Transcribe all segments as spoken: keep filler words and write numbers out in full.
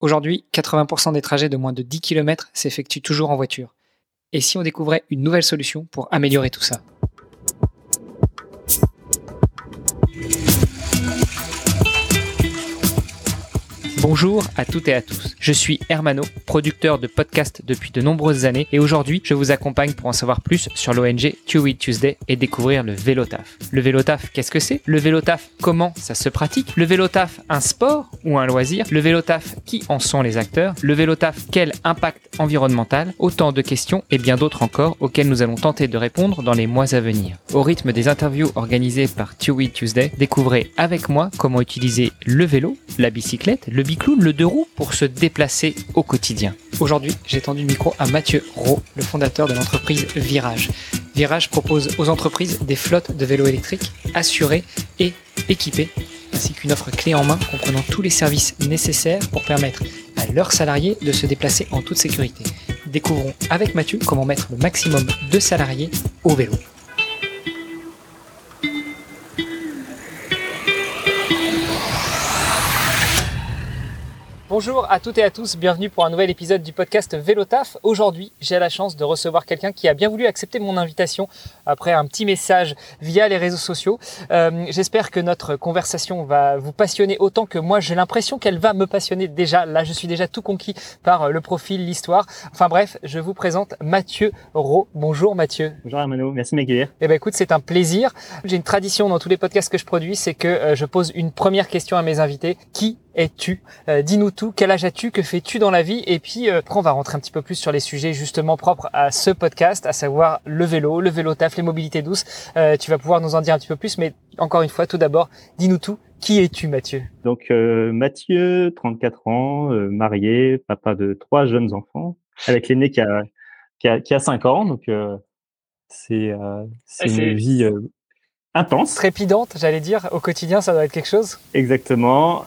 Aujourd'hui, quatre-vingts pour cent des trajets de moins de dix kilomètres s'effectuent toujours en voiture. Et si on découvrait une nouvelle solution pour améliorer tout ça ? Bonjour à toutes et à tous, je suis Hermano, producteur de podcasts depuis de nombreuses années et aujourd'hui je vous accompagne pour en savoir plus sur l'O N G Two Wheel Tuesday et découvrir le vélo taf. Le vélo taf, qu'est-ce que c'est ? Le vélo taf, comment ça se pratique ? Le vélo taf, un sport ou un loisir ? Le vélo taf, qui en sont les acteurs ? Le vélo taf, quel impact environnemental ? Autant de questions et bien d'autres encore auxquelles nous allons tenter de répondre dans les mois à venir. Au rythme des interviews organisées par Two Wheel Tuesday, découvrez avec moi comment utiliser le vélo, la bicyclette, le bicloune, le deux roues pour se déplacer au quotidien. Aujourd'hui, j'ai tendu le micro à Mathieu Rault, le fondateur de l'entreprise Virage. Virage propose aux entreprises des flottes de vélos électriques assurées et équipées, ainsi qu'une offre clé en main comprenant tous les services nécessaires pour permettre à leurs salariés de se déplacer en toute sécurité. Découvrons avec Mathieu comment mettre le maximum de salariés au vélo. Bonjour à toutes et à tous, bienvenue pour un nouvel épisode du podcast Vélo Taf. Aujourd'hui, j'ai la chance de recevoir quelqu'un qui a bien voulu accepter mon invitation après un petit message via les réseaux sociaux. Euh, j'espère que notre conversation va vous passionner autant que moi. J'ai l'impression qu'elle va me passionner déjà. Là, je suis déjà tout conquis par le profil, l'histoire. Enfin bref, je vous présente Mathieu Rault. Bonjour Mathieu. Bonjour Hermano, merci de m'accueillir. Eh ben écoute, c'est un plaisir. J'ai une tradition dans tous les podcasts que je produis, c'est que euh, je pose une première question à mes invités. Qui es-tu ? euh, Dis-nous tout. Quel âge as-tu ? Que fais-tu dans la vie ? Et puis euh, après, on va rentrer un petit peu plus sur les sujets justement propres à ce podcast, à savoir le vélo, le vélo taf, les mobilités douces. Euh, tu vas pouvoir nous en dire un petit peu plus, mais encore une fois, tout d'abord, dis-nous tout. Qui es-tu, Mathieu ? Donc euh, Mathieu, trente-quatre ans, euh, marié, papa de trois jeunes enfants, avec l'aîné qui a qui a, qui a cinq ans. Donc euh, c'est euh, c'est c'est... une vie euh, intense. Trépidante, j'allais dire. Au quotidien, ça doit être quelque chose. Exactement.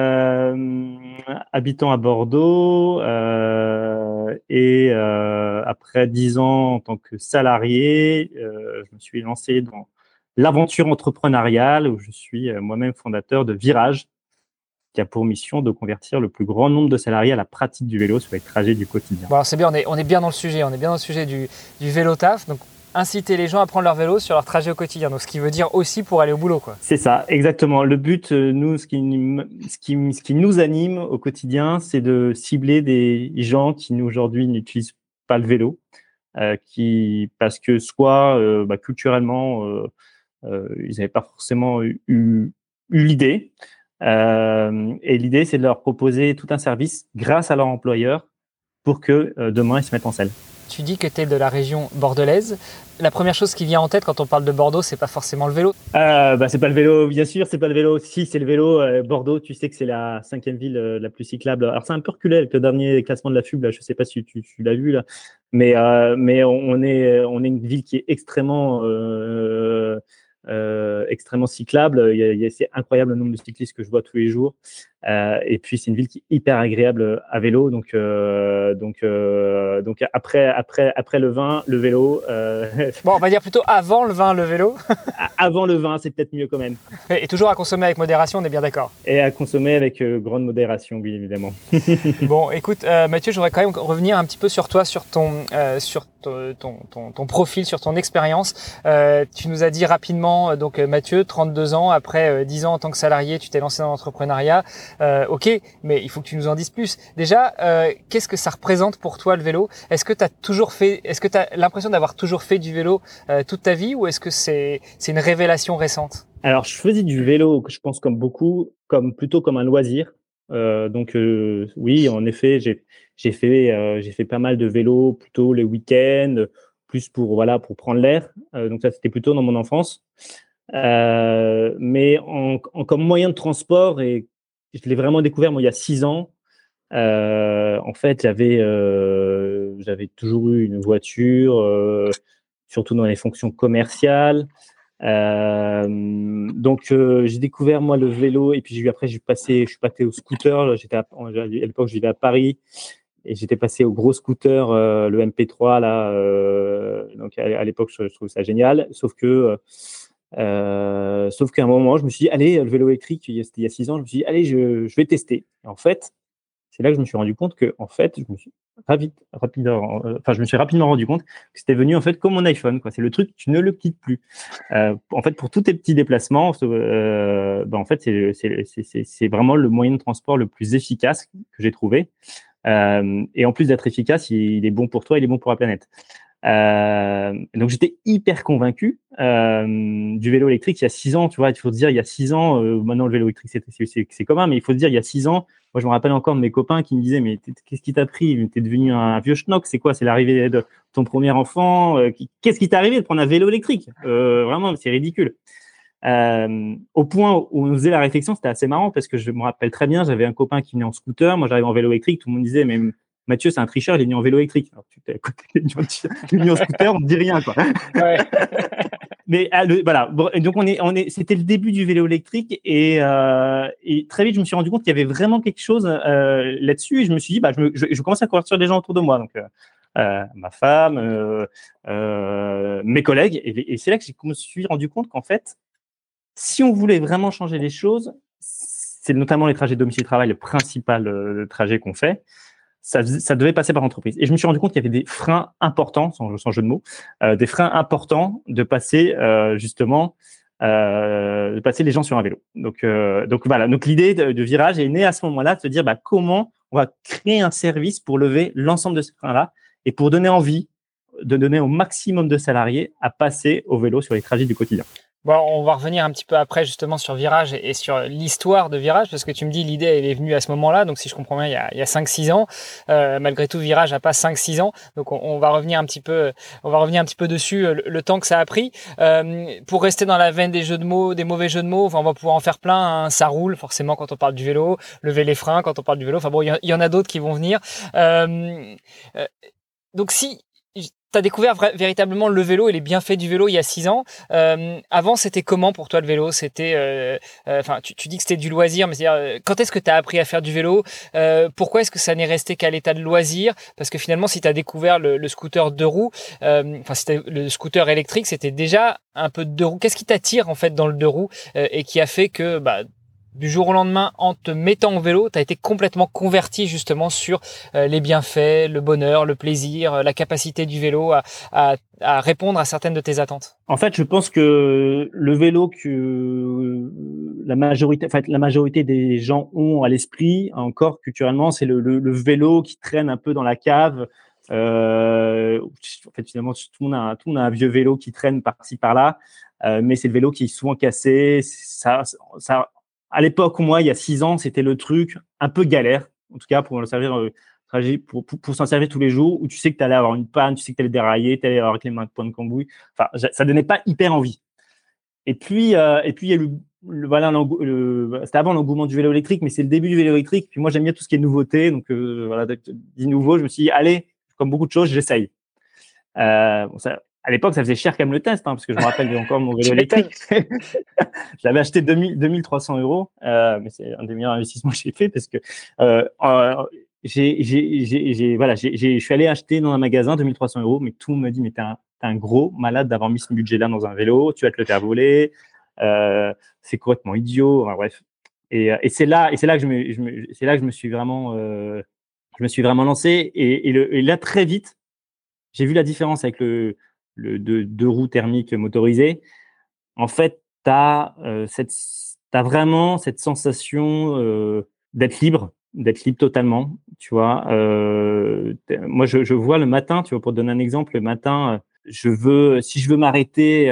Euh, habitant à Bordeaux euh, et euh, après dix ans en tant que salarié, euh, je me suis lancé dans l'aventure entrepreneuriale où je suis moi-même fondateur de Virage, qui a pour mission de convertir le plus grand nombre de salariés à la pratique du vélo sur les trajets du quotidien. Bon, alors c'est bien, on est, on est bien dans le sujet, on est bien dans le sujet du, du vélo taf. Donc, inciter les gens à prendre leur vélo sur leur trajet au quotidien. Donc, ce qui veut dire aussi pour aller au boulot, quoi. C'est ça, exactement. Le but, nous, ce qui, ce qui, ce qui nous anime au quotidien, c'est de cibler des gens qui, aujourd'hui, n'utilisent pas le vélo, euh, qui, parce que soit euh, bah, culturellement, euh, euh, ils n'avaient pas forcément eu, eu, eu l'idée. Euh, et l'idée, c'est de leur proposer tout un service grâce à leur employeur pour que euh, demain, ils se mettent en selle. Tu dis que tu es de la région bordelaise. La première chose qui vient en tête quand on parle de Bordeaux, c'est pas forcément le vélo. Euh, bah, c'est pas le vélo, bien sûr, c'est pas le vélo. Si, c'est le vélo. Euh, Bordeaux, tu sais que c'est la cinquième ville euh, la plus cyclable. Alors, c'est un peu reculé avec le dernier classement de la F U B, là. Je sais pas si tu, tu l'as vu, là. Mais, euh, mais on, on est, on est une ville qui est extrêmement, euh, euh, extrêmement cyclable. Il y a, il y a, c'est incroyable le nombre de cyclistes que je vois tous les jours. Euh, et puis, c'est une ville qui est hyper agréable à vélo. Donc, euh, donc, euh, donc après, après, après le vin, le vélo. Euh... Bon, on va dire plutôt avant le vin, le vélo. Avant le vin, c'est peut-être mieux quand même. Et toujours à consommer avec modération, on est bien d'accord. Et à consommer avec euh, grande modération, oui, évidemment. Bon, écoute, euh, Mathieu, je voudrais quand même revenir un petit peu sur toi, sur ton, euh, sur ton, ton, ton, ton profil, sur ton expérience. Euh, tu nous as dit rapidement, donc Mathieu, trente-deux ans, après euh, dix ans en tant que salarié, tu t'es lancé dans l'entrepreneuriat. Euh, ok, mais il faut que tu nous en dises plus. Déjà, euh, qu'est-ce que ça représente pour toi le vélo ? Est-ce que tu as toujours fait, est-ce que tu as l'impression d'avoir toujours fait du vélo euh, toute ta vie, ou est-ce que c'est, c'est une révélation récente ? Alors, je faisais du vélo, je pense comme beaucoup, comme plutôt comme un loisir. Euh, donc euh, oui, en effet, j'ai j'ai fait euh, j'ai fait pas mal de vélo plutôt les week-ends, plus pour voilà pour prendre l'air. Euh, donc ça, c'était plutôt dans mon enfance. Euh, mais en, en comme moyen de transport, et je l'ai vraiment découvert moi il y a six ans. Euh, en fait, j'avais euh, j'avais toujours eu une voiture, euh, surtout dans les fonctions commerciales. Euh, donc euh, j'ai découvert moi le vélo et puis j'ai eu après j'ai passé je suis passé au scooter. J'étais à, à l'époque je vivais à Paris et j'étais passé au gros scooter, euh, le M P trois là. Euh, donc à, à l'époque je, je trouve ça génial. Sauf que euh, sauf qu'à un moment je me suis dit allez le vélo électrique, il y a, c'était il y a six ans, je me suis dit allez je, je vais tester. Et en fait c'est là que je me suis rendu compte que, en fait, je me suis ravi- rapidement, euh, enfin, je me suis rapidement rendu compte que c'était venu en fait comme mon iPhone, quoi. C'est le truc, tu ne le quittes plus. Euh, en fait, pour tous tes petits déplacements, euh, ben, en fait, c'est, c'est, c'est, c'est c'est vraiment le moyen de transport le plus efficace que j'ai trouvé. Euh, et en plus d'être efficace, il est bon pour toi, il est bon pour la planète. Euh, donc j'étais hyper convaincu euh, du vélo électrique il y a six ans. Tu vois, il faut se dire il y a six ans. Euh, maintenant le vélo électrique c'est, c'est, c'est, c'est commun, mais il faut se dire il y a six ans. Moi je me rappelle encore de mes copains qui me disaient mais qu'est-ce qui t'a pris? T'es devenu un vieux schnock. C'est quoi? C'est l'arrivée de ton premier enfant. Euh, qu'est-ce qui t'est arrivé de prendre un vélo électrique? euh, Vraiment, c'est ridicule. Euh, au point où on faisait la réflexion, c'était assez marrant parce que je me rappelle très bien, j'avais un copain qui venait en scooter, moi j'arrivais en vélo électrique, tout le monde disait mais Mathieu c'est un tricheur, il est venu en vélo électrique. Alors, tu t'es à côté, il est venu en scooter, on ne dit rien quoi. Ouais. Mais ah, le, voilà, donc on est, on est, c'était le début du vélo électrique et, euh, et très vite je me suis rendu compte qu'il y avait vraiment quelque chose euh, là-dessus et je me suis dit bah je, me, je, je commence à convertir des gens autour de moi donc. Euh, Euh, ma femme, euh, euh, mes collègues, et, et c'est là que je me suis rendu compte qu'en fait, si on voulait vraiment changer les choses, c'est notamment les trajets domicile-travail, le principal euh, trajet qu'on fait, ça, ça devait passer par l'entreprise. Et je me suis rendu compte qu'il y avait des freins importants, sans, sans jeu de mots, euh, des freins importants de passer euh, justement, euh, de passer les gens sur un vélo. Donc, euh, donc voilà. Donc l'idée de, de Virage est née à ce moment-là, de se dire bah, comment on va créer un service pour lever l'ensemble de ces freins-là et pour donner envie, de donner au maximum de salariés à passer au vélo sur les trajets du quotidien. Bon, on va revenir un petit peu après justement sur Virage et sur l'histoire de Virage, parce que tu me dis l'idée elle est venue à ce moment-là, donc si je comprends bien il y a, il y a cinq six ans. Euh, malgré tout Virage n'a pas cinq six ans, donc on, on va revenir un petit peu, on va revenir un petit peu dessus le, le temps que ça a pris. Euh, pour rester dans la veine des jeux de mots, des mauvais jeux de mots, enfin, on va pouvoir en faire plein. Hein. Ça roule forcément quand on parle du vélo, lever les freins quand on parle du vélo. Enfin bon, il y, y en a d'autres qui vont venir. Euh, euh, donc si tu as découvert vra- véritablement le vélo et les bienfaits du vélo il y a six ans. Euh, avant, c'était comment pour toi le vélo? C'était, enfin, euh, euh, tu, tu dis que c'était du loisir, mais c'est-à-dire, euh, quand est-ce que tu as appris à faire du vélo? euh, Pourquoi est-ce que ça n'est resté qu'à l'état de loisir? Parce que finalement, si tu as découvert le, le scooter deux roues, euh, enfin, c'était le scooter électrique, c'était déjà un peu de deux roues. Qu'est-ce qui t'attire en fait dans le deux roues euh, et qui a fait que, bah, du jour au lendemain, en te mettant au vélo, tu as été complètement converti justement sur euh, les bienfaits, le bonheur, le plaisir, euh, la capacité du vélo à, à, à répondre à certaines de tes attentes? En fait, je pense que le vélo que la majorité, en fait, la majorité des gens ont à l'esprit, encore culturellement, c'est le, le, le vélo qui traîne un peu dans la cave. Euh, en fait, finalement, tout le monde a, tout le monde a un vieux vélo qui traîne par-ci par-là, euh, mais c'est le vélo qui est souvent cassé. Ça, ça, à l'époque, moi, il y a six ans, c'était le truc un peu galère, en tout cas pour le servir. Euh, Pour, pour, pour s'en servir tous les jours, où tu sais que tu allais avoir une panne, tu sais que tu allais dérailler, tu allais avoir avec les mains de poing de cambouis. Enfin, ça donnait pas hyper envie. Et puis, euh, et puis il y a le, le voilà, le, c'était avant l'engouement du vélo électrique, mais c'est le début du vélo électrique. Puis moi, j'aime bien tout ce qui est nouveauté. Donc, euh, voilà, dit nouveau, je me suis dit, allez, comme beaucoup de choses, j'essaye. Euh, bon, ça, à l'époque, ça faisait cher quand même le test, hein, parce que je me rappelle encore mon vélo électrique. Je l'avais acheté deux mille trois cents euros, euh, mais c'est un des meilleurs investissements que j'ai fait parce que euh, euh, j'ai, j'ai, j'ai, j'ai, voilà, j'ai, j'ai, je suis allé acheter dans un magasin deux mille trois cents euros, mais tout le monde me dit mais t'es un, t'es un gros malade d'avoir mis ce budget-là dans un vélo, tu vas te le faire voler, euh, c'est complètement idiot, enfin, bref. Et, et c'est là, et c'est là que je me, je me c'est là que je me suis vraiment, euh, je me suis vraiment lancé et, et, le, et là très vite, j'ai vu la différence avec le, le deux, deux roues thermiques motorisées. En fait, tu as euh, cette, t'as vraiment cette sensation euh, d'être libre, d'être libre totalement. Tu vois, euh, moi, je, je vois le matin, tu vois, pour te donner un exemple, le matin, je veux, si je veux m'arrêter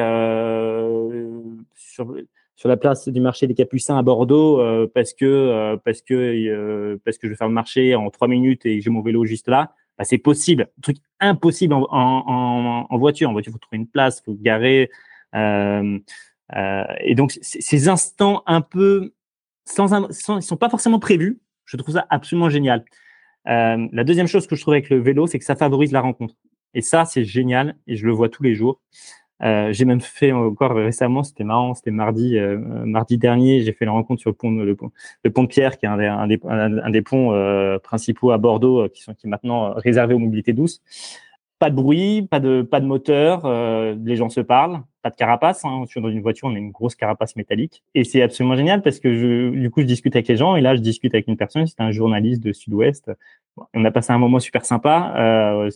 euh, sur, sur la place du marché des Capucins à Bordeaux euh, parce que euh, parce que euh, parce que je vais faire le marché en trois minutes et j'ai mon vélo juste là. Bah, c'est possible, un truc impossible en, en, en, en voiture. En voiture, il faut trouver une place, il faut garer. Euh, euh, et donc, c- ces instants un peu sans, un- sans, ils sont pas forcément prévus. Je trouve ça absolument génial. Euh, la deuxième chose que je trouve avec le vélo, c'est que ça favorise la rencontre. Et ça, c'est génial. Et je le vois tous les jours. Euh, j'ai même fait encore récemment, c'était marrant, c'était mardi, euh, mardi dernier, j'ai fait la rencontre sur le pont, le pont, le pont de Pierre, qui est un des, un des, un des ponts euh, principaux à Bordeaux, euh, qui sont qui est maintenant réservé aux mobilités douces. Pas de bruit, pas de pas de moteur, euh, les gens se parlent. pas de carapace. Hein. Je suis dans une voiture, on a une grosse carapace métallique. Et c'est absolument génial parce que je, du coup, je discute avec les gens. Et là, je discute avec une personne. C'était un journaliste de Sud-Ouest. On a passé un moment super sympa. Euh,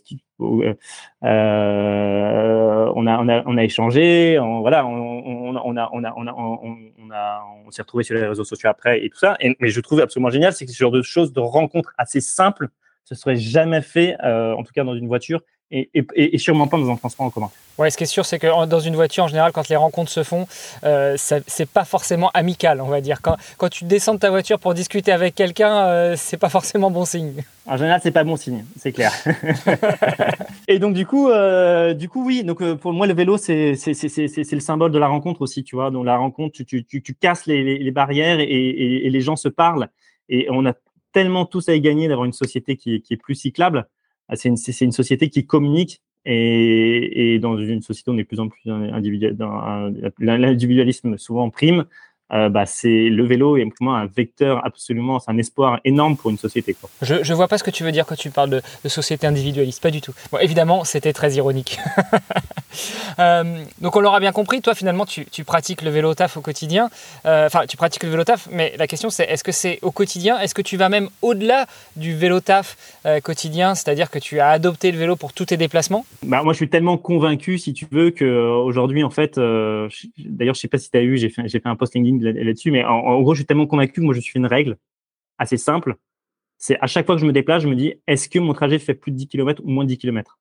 euh, on a, on a, on a échangé. On, voilà, on, on, on a, on a, on a, on, on a, on s'est retrouvés sur les réseaux sociaux après et tout ça. Et, mais je trouve absolument génial, c'est que ce genre de choses, de rencontres assez simples, ce serait jamais fait, euh, en tout cas dans une voiture. Et, et, et sûrement pas dans un transport en commun. Ouais, ce qui est sûr, c'est que dans une voiture, en général, quand les rencontres se font, euh, ça, c'est pas forcément amical, on va dire. Quand, quand tu descends de ta voiture pour discuter avec quelqu'un, euh, c'est pas forcément bon signe. En général, c'est pas bon signe, c'est clair. Et donc du coup, euh, du coup, oui. Donc euh, pour moi, le vélo, c'est c'est c'est c'est c'est le symbole de la rencontre aussi, tu vois. Donc la rencontre, tu tu tu, tu casses les, les les barrières et, et et les gens se parlent. Et on a tellement tous à y gagner d'avoir une société qui qui est plus cyclable. C'est une, c'est une société qui communique et, et dans une société où on est de plus en plus individuel, dans l'individualisme souvent prime, euh, bah c'est le vélo est pour moi un vecteur absolument, c'est un espoir énorme pour une société. Quoi. Je je vois pas ce que tu veux dire quand tu parles de, de société individualiste, pas du tout. Bon, évidemment, c'était très ironique. euh, donc on l'aura bien compris, toi finalement tu, tu pratiques le vélo taf au quotidien. Enfin, euh, tu pratiques le vélo taf, mais la question c'est est-ce que c'est au quotidien? Est-ce que tu vas même au-delà du vélo taf euh, quotidien, c'est-à-dire que tu as adopté le vélo pour tous tes déplacements? Bah moi je suis tellement convaincu, si tu veux, que euh, aujourd'hui en fait, euh, je, d'ailleurs je sais pas si tu as eu, j'ai fait j'ai fait un post LinkedIn là, là-dessus, mais en, en gros je suis tellement convaincu que moi je suis une règle assez simple. C'est à chaque fois que je me déplace, je me dis est-ce que mon trajet fait plus de dix kilomètres ou moins de dix kilomètres?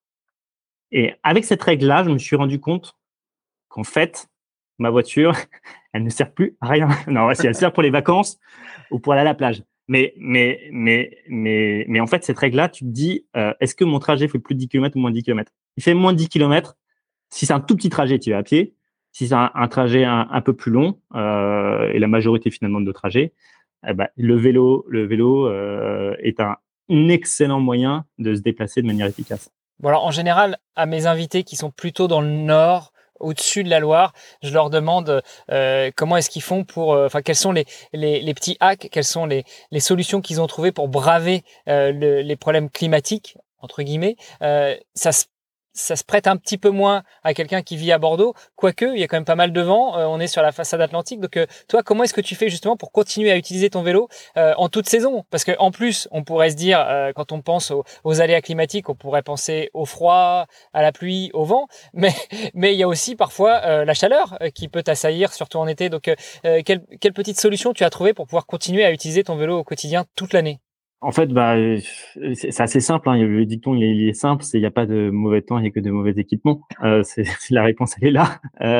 Et avec cette règle-là, je me suis rendu compte qu'en fait, ma voiture, elle ne sert plus à rien. Non, si elle sert pour les vacances ou pour aller à la plage. Mais, mais, mais, mais, mais en fait, cette règle-là, tu te dis, euh, est-ce que mon trajet fait plus de dix kilomètres ou moins de dix kilomètres? Il fait moins de dix kilomètres. Si c'est un tout petit trajet, tu vas à pied. Si c'est un, un trajet un, un peu plus long, euh, et la majorité finalement de trajets, eh ben, le vélo, le vélo euh, est un, un excellent moyen de se déplacer de manière efficace. Bon alors en général, à mes invités qui sont plutôt dans le nord, au-dessus de la Loire, je leur demande euh, comment est-ce qu'ils font pour, enfin euh, quels sont les, les, les petits hacks, quelles sont les, les solutions qu'ils ont trouvées pour braver euh, le, les problèmes climatiques entre guillemets. Euh, ça se ça se prête un petit peu moins à quelqu'un qui vit à Bordeaux, quoique il y a quand même pas mal de vent, euh, on est sur la façade atlantique, donc euh, toi comment est-ce que tu fais justement pour continuer à utiliser ton vélo euh, en toute saison? Parce que en plus on pourrait se dire, euh, quand on pense aux, aux aléas climatiques, on pourrait penser au froid, à la pluie, au vent, mais mais il y a aussi parfois euh, la chaleur euh, qui peut t'assaillir, surtout en été, donc euh, quelle, quelle petite solution tu as trouvé pour pouvoir continuer à utiliser ton vélo au quotidien toute l'année? En fait, bah, c'est assez simple. Hein. Le dicton, il est, il est simple. C'est il n'y a pas de mauvais temps, il n'y a que de mauvais équipements. Euh, c'est la réponse, elle est là.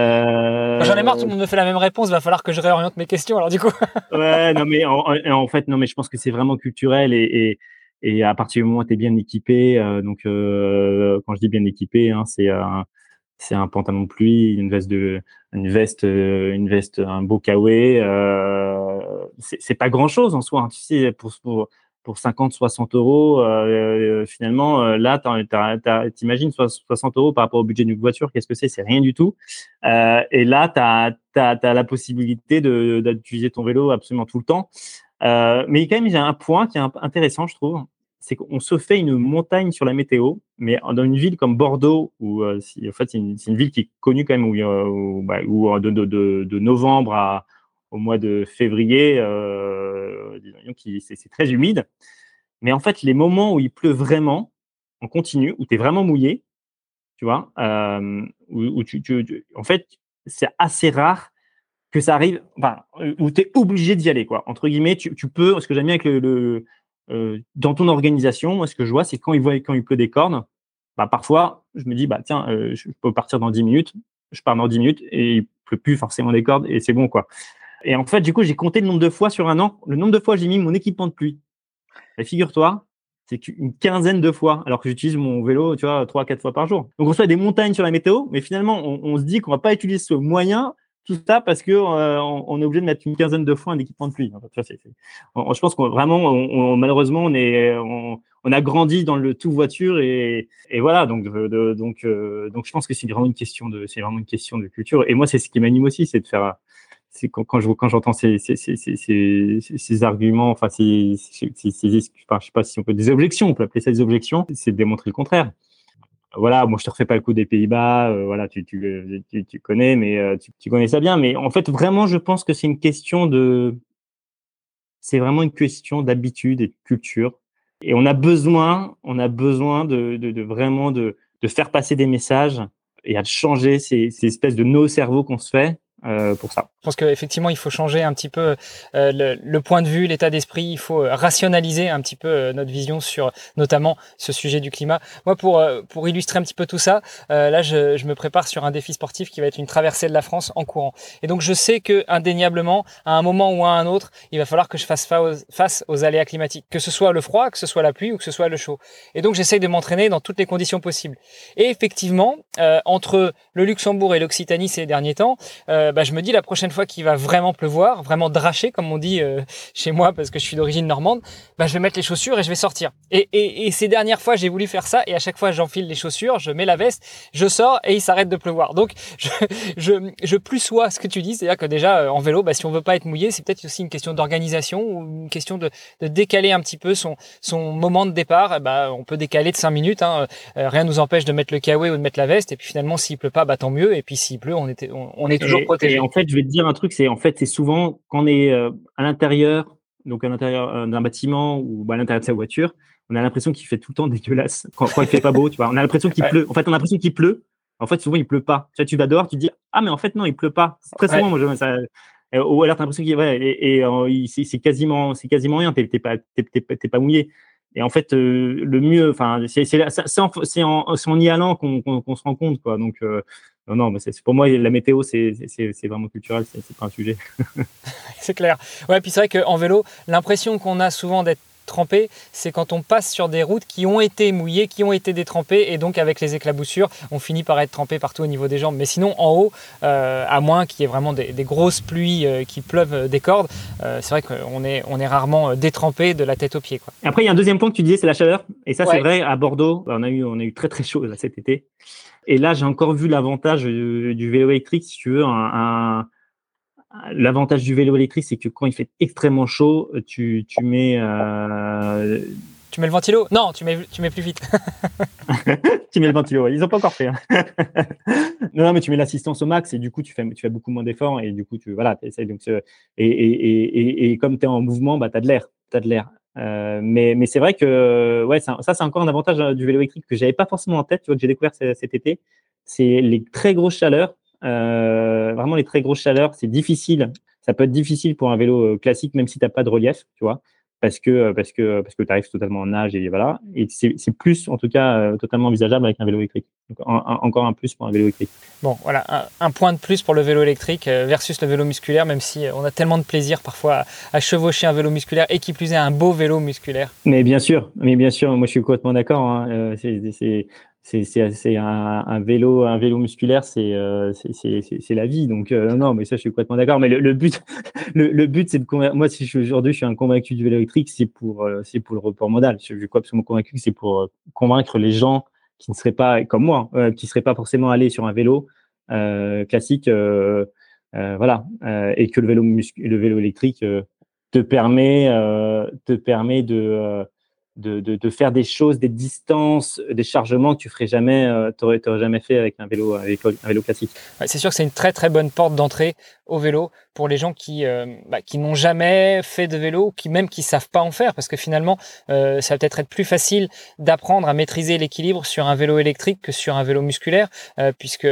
Euh... J'en ai marre, tout le monde me fait la même réponse. Il va falloir que je réoriente mes questions. Alors du coup. Ouais, non mais en, en fait, non mais je pense que c'est vraiment culturel et, et, et à partir du moment où tu es bien équipé, euh, donc euh, quand je dis bien équipé, hein, c'est un c'est un pantalon de pluie, une veste de une veste une veste un beau kawaii. Euh, c'est c'est pas grand chose en soi. Hein, tu sais, pour pour pour cinquante, soixante euros, euh, finalement, euh, là, t'imagines soixante euros par rapport au budget d'une voiture, qu'est-ce que c'est? C'est rien du tout. Euh, et là, t'as, t'as, t'as la possibilité de, d'utiliser ton vélo absolument tout le temps. Euh, mais quand même, il y a un point qui est intéressant, je trouve, c'est qu'on se fait une montagne sur la météo, mais dans une ville comme Bordeaux, où, euh, si, en fait, c'est une, c'est une ville qui est connue quand même, où, où, bah, où de, de, de, de novembre à au mois de février, euh, qui, c'est, c'est très humide. Mais en fait, les moments où il pleut vraiment, en continu, où tu es vraiment mouillé, tu vois, euh, où, où tu, tu, tu, en fait, c'est assez rare que ça arrive, enfin, où tu es obligé d'y aller, quoi. Entre guillemets, tu, tu peux, ce que j'aime bien avec le, le euh, dans ton organisation, moi, ce que je vois, c'est quand il, voit, quand il pleut des cornes, bah, parfois, je me dis, bah, tiens, euh, je peux partir dans dix minutes, je pars dans dix minutes et il pleut plus forcément des cordes et c'est bon, quoi. Et en fait, du coup, j'ai compté le nombre de fois sur un an, le nombre de fois j'ai mis mon équipement de pluie. Et figure-toi, c'est une quinzaine de fois, alors que j'utilise mon vélo, tu vois, trois, quatre fois par jour. Donc, on soit des montagnes sur la météo, mais finalement, on, on se dit qu'on va pas utiliser ce moyen, tout ça, parce que euh, on, on est obligé de mettre une quinzaine de fois un équipement de pluie. Tu vois, c'est, c'est, on, je pense qu'on vraiment, on, on, malheureusement, on est, on, on a grandi dans le tout voiture et, et voilà. Donc, de, donc, euh, donc, je pense que c'est vraiment une question de, c'est vraiment une question de culture. Et moi, c'est ce qui m'anime aussi, c'est de faire. C'est quand, quand je quand j'entends ces ces ces ces, ces, ces arguments, enfin ces, ces, ces, ces enfin, je sais pas si on peut des objections, on peut appeler ça des objections, c'est de démontrer le contraire. voilà, moi je te refais pas le coup des Pays-Bas, euh, voilà, tu, tu, tu, tu connais, mais euh, tu, tu connais ça bien. Mais en fait, vraiment, je pense que c'est une question de, c'est vraiment une question d'habitude et de culture. Et on a besoin, on a besoin de, de, de vraiment de, de faire passer des messages et à changer ces, ces espèces de nœuds au cerveau qu'on se fait euh, pour ça. Je pense qu'effectivement, il faut changer un petit peu euh, le, le point de vue, l'état d'esprit. Il faut rationaliser un petit peu euh, notre vision sur notamment ce sujet du climat. Moi, pour, euh, pour illustrer un petit peu tout ça, euh, là, je, je me prépare sur un défi sportif qui va être une traversée de la France en courant. Et donc, je sais que indéniablement, à un moment ou à un autre, il va falloir que je fasse face aux aléas climatiques, que ce soit le froid, que ce soit la pluie ou que ce soit le chaud. Et donc, j'essaye de m'entraîner dans toutes les conditions possibles. Et effectivement, euh, entre le Luxembourg et l'Occitanie ces derniers temps, euh, bah, je me dis la prochaine fois qu'il va vraiment pleuvoir, vraiment dracher comme on dit euh, chez moi parce que je suis d'origine normande, bah, je vais mettre les chaussures et je vais sortir. Et, et, et ces dernières fois, j'ai voulu faire ça et à chaque fois, j'enfile les chaussures, je mets la veste, je sors et il s'arrête de pleuvoir. Donc, je, je, je plus sois ce que tu dis, c'est-à-dire que déjà, euh, en vélo, bah, si on veut pas être mouillé, c'est peut-être aussi une question d'organisation ou une question de, de décaler un petit peu son, son moment de départ. Bah, on peut décaler de cinq minutes, hein, euh, rien nous empêche de mettre le kawaii ou de mettre la veste et puis finalement, s'il pleut pas, bah, tant mieux. Et puis s'il pleut, on, était, on, on est toujours Et, protégé. et en fait, je vais te dire un truc, c'est en fait, c'est souvent quand on est euh, à l'intérieur, donc à l'intérieur euh, d'un bâtiment ou bah, à l'intérieur de sa voiture, on a l'impression qu'il fait tout le temps dégueulasse quand, quand il fait pas beau, tu vois. On a l'impression qu'il Ouais. pleut. En fait, on a l'impression qu'il pleut. En fait, souvent, il pleut pas. Tu vois, tu vas dehors, tu te dis ah mais en fait non, il pleut pas. Très souvent, Ouais. moi, je, ça, ou alors t'as l'impression qu'il ouais, et, et euh, il- c'est, c'est quasiment, c'est quasiment rien. T'es, t'es pas, t'es, t'es, t'es pas mouillé. Et en fait, euh, le mieux, enfin, c'est, c'est, c'est, c'est, en, c'est, en, c'est en y allant qu'on, qu'on, qu'on se rend compte, quoi. Donc euh, non, non, mais c'est, c'est pour moi la météo, c'est, c'est, c'est vraiment culturel, c'est, c'est pas un sujet. C'est clair. Ouais, puis c'est vrai qu'en vélo, l'impression qu'on a souvent d'être trempé, c'est quand on passe sur des routes qui ont été mouillées, qui ont été détrempées, et donc avec les éclaboussures, on finit par être trempé partout au niveau des jambes. Mais sinon, en haut, euh, à moins qu'il y ait vraiment des, des grosses pluies euh, qui pleuvent des cordes, euh, c'est vrai qu'on est, on est rarement détrempé de la tête aux pieds, quoi. Après, il y a un deuxième point que tu disais, c'est la chaleur. Et ça, Ouais. c'est vrai, à Bordeaux, on a eu, on a eu très très chaud là, cet été. Et là, j'ai encore vu l'avantage du, du vélo électrique, si tu veux, un, un l'avantage du vélo électrique, c'est que quand il fait extrêmement chaud, tu, tu mets. Euh... Tu mets le ventilo? Non, tu mets, tu mets plus vite. tu mets le ventilo, ils n'ont pas encore fait. Hein. non, non, mais tu mets l'assistance au max et du coup, tu fais, tu fais beaucoup moins d'efforts et du coup, tu voilà, essaies donc, et, et, et, et, et comme tu es en mouvement, bah, tu as de l'air. T'as de l'air. Euh, mais, mais c'est vrai que ouais, ça, ça, c'est encore un avantage du vélo électrique que je n'avais pas forcément en tête, tu vois, que j'ai découvert cet été. C'est les très grosses chaleurs. Euh, vraiment, les très grosses chaleurs, c'est difficile. Ça peut être difficile pour un vélo classique, même si tu n'as pas de relief, tu vois, parce que parce que parce que tu arrives totalement en nage et voilà. Et c'est, c'est plus, en tout cas, euh, totalement envisageable avec un vélo électrique. Donc, un, un, encore un plus pour un vélo électrique. Bon, voilà, un, un point de plus pour le vélo électrique versus le vélo musculaire, même si on a tellement de plaisir parfois à, à chevaucher un vélo musculaire et qui plus est un beau vélo musculaire. Mais bien sûr, mais bien sûr, moi je suis complètement d'accord. Hein. Euh, c'est, c'est, c'est, c'est, c'est un, un vélo, un vélo musculaire, c'est, euh, c'est, c'est, c'est, c'est la vie. Donc euh, non, mais ça je suis complètement d'accord. Mais le, le but, le, le but, c'est de convaincre. Moi, si je, aujourd'hui je suis un convaincu du vélo électrique, c'est pour, euh, c'est pour le report modal. Je suis absolument convaincu que c'est pour euh, convaincre les gens qui ne seraient pas comme moi, euh, qui ne seraient pas forcément allés sur un vélo euh, classique, euh, euh, voilà, euh, et que le vélo muscu- le vélo électrique euh, te permet, euh, te permet de, euh, de, de, de faire des choses, des distances, des chargements que tu ferais jamais, euh, t'aurais, t'aurais jamais fait avec un vélo, avec un vélo classique. Ouais, c'est sûr que c'est une très très bonne porte d'entrée au vélo pour les gens qui, euh, bah, qui n'ont jamais fait de vélo, qui même qui savent pas en faire, parce que finalement, euh, ça va peut-être être plus facile d'apprendre à maîtriser l'équilibre sur un vélo électrique que sur un vélo musculaire, euh, puisque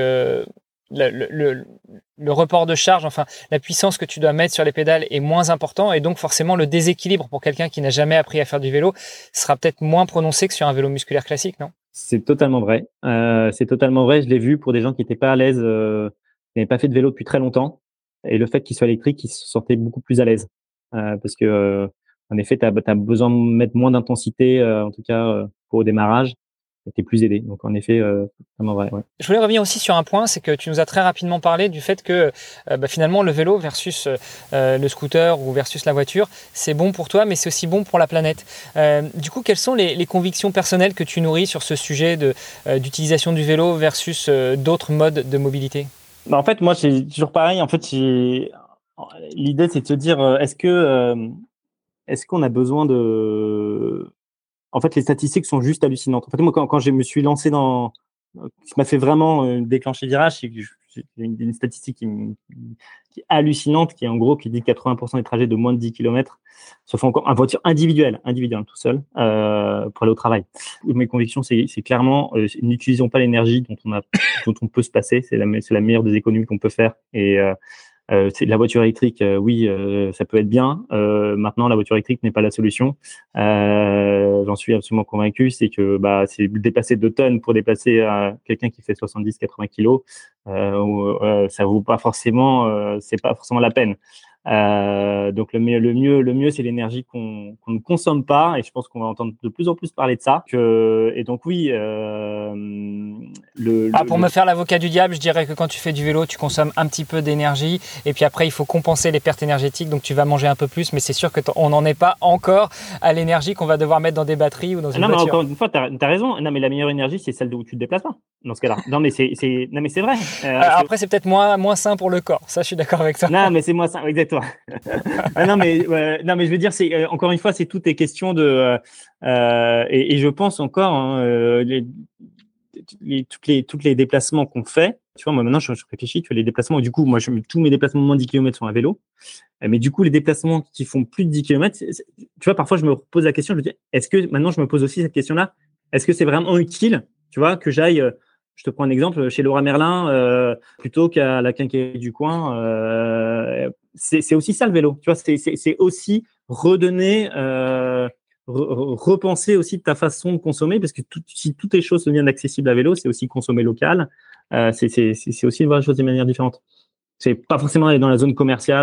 Le, le, le, le report de charge, enfin la puissance que tu dois mettre sur les pédales est moins important et donc forcément le déséquilibre pour quelqu'un qui n'a jamais appris à faire du vélo sera peut-être moins prononcé que sur un vélo musculaire classique, non? C'est totalement vrai. Euh, c'est totalement vrai. Je l'ai vu pour des gens qui n'étaient pas à l'aise, euh, qui n'avaient pas fait de vélo depuis très longtemps. Et le fait qu'il soit électrique, ils se sentaient beaucoup plus à l'aise. Euh, parce que, euh, en effet, tu as besoin de mettre moins d'intensité, euh, en tout cas euh, pour au démarrage. Tu es plus aidé. Donc, en effet, euh, c'est totalement vrai. Ouais. Je voulais revenir aussi sur un point, c'est que tu nous as très rapidement parlé du fait que euh, bah, finalement le vélo versus euh, le scooter ou versus la voiture, c'est bon pour toi, mais c'est aussi bon pour la planète. Euh, du coup, quelles sont les, les convictions personnelles que tu nourris sur ce sujet de, euh, d'utilisation du vélo versus euh, d'autres modes de mobilité? Bah, en fait, moi, c'est toujours pareil. En fait, j'ai... l'idée, c'est de se dire, euh, est-ce que, euh, est-ce qu'on a besoin de... En fait, les statistiques sont juste hallucinantes. En fait, moi, quand, quand je me suis lancé dans, ce qui m'a fait vraiment euh, déclencher le virage, c'est que j'ai une, une statistique qui, qui est hallucinante, qui est en gros qui dit que quatre-vingts pour cent des trajets de moins de dix kilomètres se font encore en voiture individuelle, individuelle tout seul, euh, pour aller au travail. Mes convictions, c'est, c'est clairement, euh, n'utilisons pas l'énergie dont on a, dont on peut se passer. C'est la, c'est la meilleure des économies qu'on peut faire. Et euh, Euh, c'est la voiture électrique, euh, oui, euh, ça peut être bien. Euh, maintenant, la voiture électrique n'est pas la solution. Euh, j'en suis absolument convaincu. C'est que bah, c'est déplacer deux tonnes pour déplacer euh, quelqu'un qui fait soixante-dix à quatre-vingts kilos, euh, euh, ça vaut pas forcément, euh, c'est pas forcément la peine. Euh, donc le mieux, le mieux, le mieux, c'est l'énergie qu'on, qu'on ne consomme pas, et je pense qu'on va entendre de plus en plus parler de ça. Que, et donc oui, euh, le, ah, le, pour le... me faire l'avocat du diable, je dirais que quand tu fais du vélo, tu consommes un petit peu d'énergie, et puis après il faut compenser les pertes énergétiques, donc tu vas manger un peu plus, mais c'est sûr que on n'en est pas encore à l'énergie qu'on va devoir mettre dans des batteries ou dans une non, voiture. Mais encore une fois, t'as, t'as raison. Non, mais la meilleure énergie, c'est celle où tu te déplaces pas. Dans ce cas-là. Non, mais c'est, c'est, non, mais c'est vrai. Euh, après, c'est peut-être moins, moins sain pour le corps. Ça, je suis d'accord avec toi. Non, mais c'est moins sain, exactement. non, mais, euh, non, mais je veux dire, c'est euh, encore une fois, c'est toutes les questions de, euh, et, et je pense encore, hein, euh, les, les, toutes les, toutes les déplacements qu'on fait. Tu vois, moi maintenant, je, je réfléchis. Tu vois, les déplacements. Du coup, moi, je, tous mes déplacements de moins de dix kilomètres sont à vélo. Mais du coup, les déplacements qui font plus de dix kilomètres, c'est, c'est, tu vois, parfois, je me pose la question. Je me dis, est-ce que maintenant, je me pose aussi cette question-là? Est-ce que c'est vraiment utile, tu vois, que j'aille, euh, je te prends un exemple, chez Laura Merlin, euh, plutôt qu'à la quincaillerie du coin. Euh, c'est, c'est aussi ça le vélo, tu vois. C'est, c'est, c'est aussi redonner, euh, re- repenser aussi ta façon de consommer, parce que tout, si toutes les choses deviennent accessibles à vélo, c'est aussi consommer local. Euh, c'est, c'est, c'est, c'est aussi voir les choses de manière différente. C'est pas forcément aller dans la zone commerciale,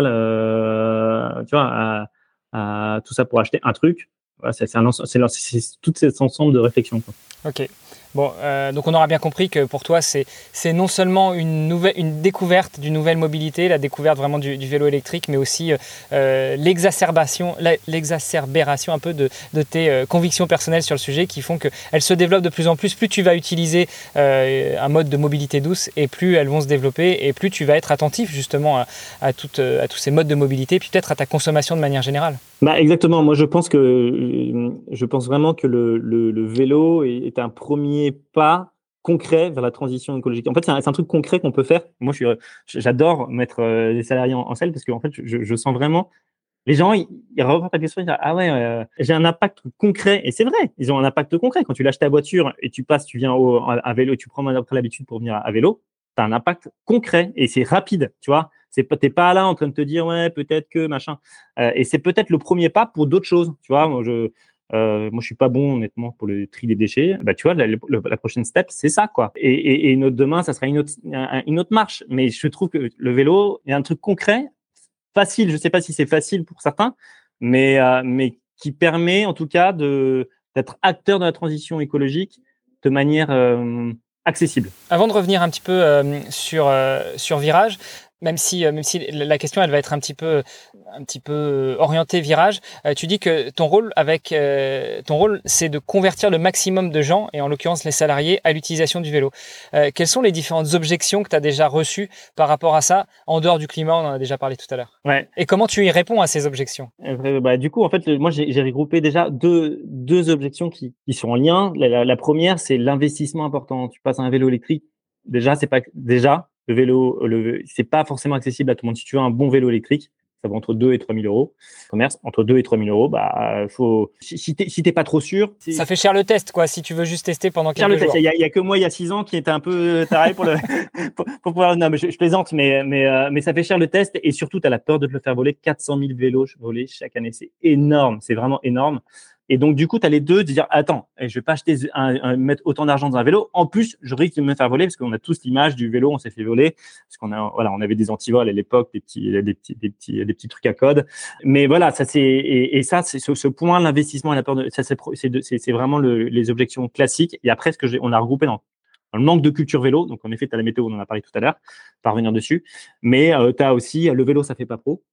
euh, tu vois, à, à, tout ça pour acheter un truc. Voilà, c'est, c'est, un, c'est, c'est, c'est tout cet ensemble de réflexions, quoi. Ok. Bon, euh, donc on aura bien compris que pour toi, c'est, c'est non seulement une, nouvelle, une découverte d'une nouvelle mobilité, la découverte vraiment du, du vélo électrique, mais aussi euh, l'exacerbation, la, l'exacerbération un peu de, de tes euh, convictions personnelles sur le sujet qui font qu'elles se développent de plus en plus. Plus tu vas utiliser euh, un mode de mobilité douce, et plus elles vont se développer, et plus tu vas être attentif justement à, à, toute, à tous ces modes de mobilité, puis peut-être à ta consommation de manière générale. Bah exactement. Moi, je pense que je pense vraiment que le, le, le vélo est, est un premier pas concret vers la transition écologique. En fait, c'est un, c'est un truc concret qu'on peut faire. Moi, je suis, j'adore mettre euh, les salariés en, en selle, parce que en fait, je, je sens vraiment les gens, ils, ils repartent la question, ils disent, ah ouais, euh, j'ai un impact concret. Et c'est vrai, ils ont un impact concret. Quand tu lâches ta voiture et tu passes, tu viens au, à, à vélo, tu prends après l'habitude pour venir à, à vélo, tu as un impact concret et c'est rapide, tu vois. C'est pas, t'es pas là en train de te dire, ouais, peut-être que machin. Euh, et c'est peut-être le premier pas pour d'autres choses, tu vois. Moi, je, euh, moi, je suis pas bon, honnêtement, pour le tri des déchets. Bah, tu vois, la, la, la prochaine step, c'est ça, quoi. Et, et, et une autre demain, ça sera une autre, une autre marche. Mais je trouve que le vélo, il y a un truc concret, facile. Je sais pas si c'est facile pour certains, mais, euh, mais qui permet, en tout cas, de, d'être acteur de la transition écologique de manière euh, accessible. Avant de revenir un petit peu euh, sur, euh, sur Virage, même si, euh, même si la question elle va être un petit peu, un petit peu orientée Virage, euh, tu dis que ton rôle, avec, euh, ton rôle c'est de convertir le maximum de gens, et en l'occurrence les salariés, à l'utilisation du vélo. Euh, quelles sont les différentes objections que tu as déjà reçues par rapport à ça, en dehors du climat, on en a déjà parlé tout à l'heure. Ouais. Et comment tu y réponds à ces objections? Euh, bah, du coup, en fait, le, moi j'ai, j'ai regroupé déjà deux, deux objections qui, qui sont en lien. La, la, la première, c'est l'investissement important. Tu passes à un vélo électrique. Déjà, c'est pas déjà le vélo, le, c'est pas forcément accessible à tout le monde. Si tu veux un bon vélo électrique, ça va entre deux et trois mille euros. Commerce, entre deux et trois mille euros, bah, faut, si, si t'es, si t'es pas trop sûr. C'est... Ça fait cher le test, quoi, si tu veux juste tester pendant quelques cher jours. Il y, a, il y a que moi, il y a six ans, qui était un peu taré pour le, pour, pour pouvoir, non, mais je, je plaisante, mais, mais, euh, mais ça fait cher le test, et surtout, tu as la peur de te le faire voler. quatre cent mille vélos volés chaque année. C'est énorme. C'est vraiment énorme. Et donc, du coup, tu as les deux de dire, attends, je vais pas acheter un, un, mettre autant d'argent dans un vélo. En plus, je risque de me faire voler, parce qu'on a tous l'image du vélo, on s'est fait voler, parce qu'on a, voilà, on avait des antivols à l'époque, des petits, des petits, des petits, des petits trucs à code. Mais voilà, ça c'est, et, et ça, c'est ce, ce point, l'investissement et la peur de, ça c'est, c'est, c'est, c'est vraiment le, les objections classiques. Et après, ce que j'ai, on a regroupé dans, dans le manque de culture vélo. Donc, en effet, tu as la météo, on en a parlé tout à l'heure, pas revenir dessus. Mais euh, tu as aussi le vélo, ça fait pas pro.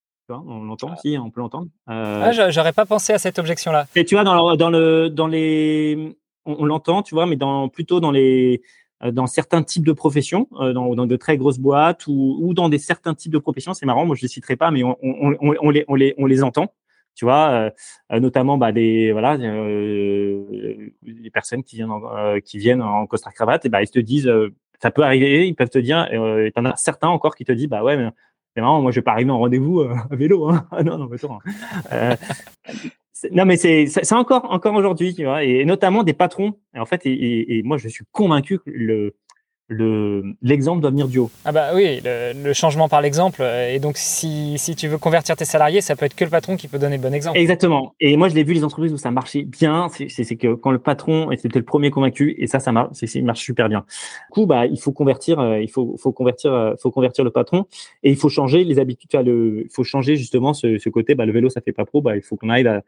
On l'entend, si, on peut l'entendre. Euh... Ah, j'aurais pas pensé à cette objection-là. Et tu vois, dans, le, dans, le, dans les, on, on l'entend, tu vois, mais dans, plutôt dans les, dans certains types de professions, dans, dans de très grosses boîtes ou, ou dans des certains types de professions, c'est marrant, moi je les citerai pas, mais on, on, on, on les, on les, on les entend. Tu vois, euh, notamment bah, des voilà, euh, les personnes qui viennent en, euh, qui viennent en costard cravate, et bah, ils te disent, euh, ça peut arriver, ils peuvent te dire, euh, et t'en as certains encore qui te disent, bah ouais, mais c'est marrant, moi je vais pas arriver en rendez-vous euh, à vélo, hein. Ah non, non, mais attends. Euh, c'est- non, mais c'est, c'est c'est encore, encore aujourd'hui, tu vois, et notamment des patrons. Et en fait, et, et, et moi je suis convaincu que le, le, l'exemple doit venir du haut. Ah bah oui, le, le changement par l'exemple. Et donc, si, si tu veux convertir tes salariés, ça peut être que le patron qui peut donner le bon exemple. Exactement. Et moi, je l'ai vu les entreprises où ça marchait bien, c'est, c'est, c'est que quand le patron était le premier convaincu, et ça, ça marche, c'est, c'est, marche super bien. Du coup, bah, il faut convertir, euh, il faut, faut convertir, euh, faut convertir le patron, et il faut changer les habitudes. Enfin, le, il faut changer justement ce, ce côté. Bah, le vélo, ça fait pas pro. Bah, il faut qu'on arrive à,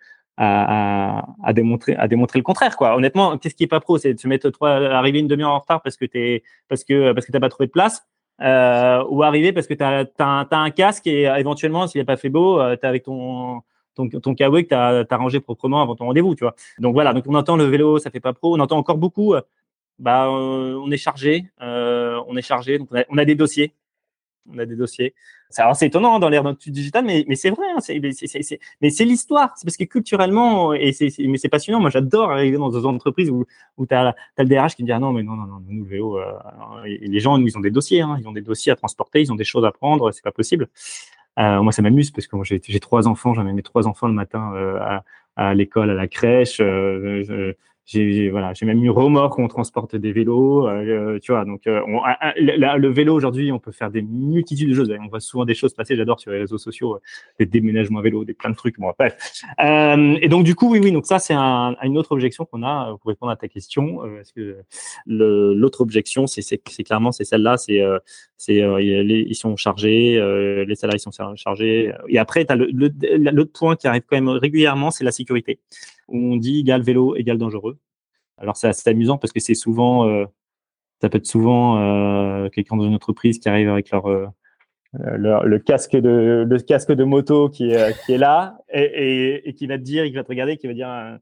à, à, à démontrer, à démontrer le contraire, quoi. Honnêtement, qu'est-ce qui est pas pro, c'est de se mettre trois, arriver une demi-heure en retard parce que t'es, parce que, parce que t'as pas trouvé de place. Euh, ou arriver parce que tu as un, t'as un casque et euh, éventuellement, s'il n'est pas fait beau, euh, tu es avec ton, ton, ton kawaii que tu as, as rangé proprement avant ton rendez-vous, tu vois. Donc voilà, donc on entend le vélo, ça fait pas pro. On entend encore beaucoup, euh, bah, euh, on est chargé, euh, on est chargé, donc on a, on a des dossiers. On a des dossiers. C'est, alors c'est étonnant hein, dans l'ère du digital, mais, mais c'est vrai. Hein, c'est, c'est, c'est, c'est, mais c'est l'histoire. C'est parce que culturellement, et c'est, c'est, mais c'est passionnant. Moi, j'adore arriver dans des entreprises où, où tu as le D R H qui me dit ah non, mais non, non, non, nous, le vélo, euh, et les gens, nous, ils ont des dossiers. Hein, ils ont des dossiers à transporter, ils ont des choses à prendre. C'est pas possible. Euh, moi, ça m'amuse parce que moi, j'ai, j'ai trois enfants. J'amène mes trois enfants le matin euh, à, à l'école, à la crèche. Euh, je, j'ai, j'ai, voilà, j'ai même eu remorque où on transporte des vélos, euh, tu vois. Donc, euh, on, a, le, le vélo aujourd'hui, on peut faire des multitudes de choses. On voit souvent des choses passer. J'adore sur les réseaux sociaux, euh, des déménagements à vélo, des plein de trucs. Bon, bref. Euh, et donc, du coup, oui, oui. Donc ça, c'est un, une autre objection qu'on a pour répondre à ta question. Euh, parce que le, l'autre objection, c'est, c'est, c'est clairement, c'est celle-là. C'est, euh, c'est, euh, les, ils sont chargés, euh, les salariés sont chargés. Et après, t'as le, le, l'autre point qui arrive quand même régulièrement, c'est la sécurité. On dit égal vélo égal dangereux. Alors c'est assez amusant parce que c'est souvent, euh, ça peut être souvent euh, quelqu'un dans une entreprise qui arrive avec leur, euh, leur le casque de le casque de moto qui est qui est là et, et, et qui va te dire, il va te regarder, qui va dire euh,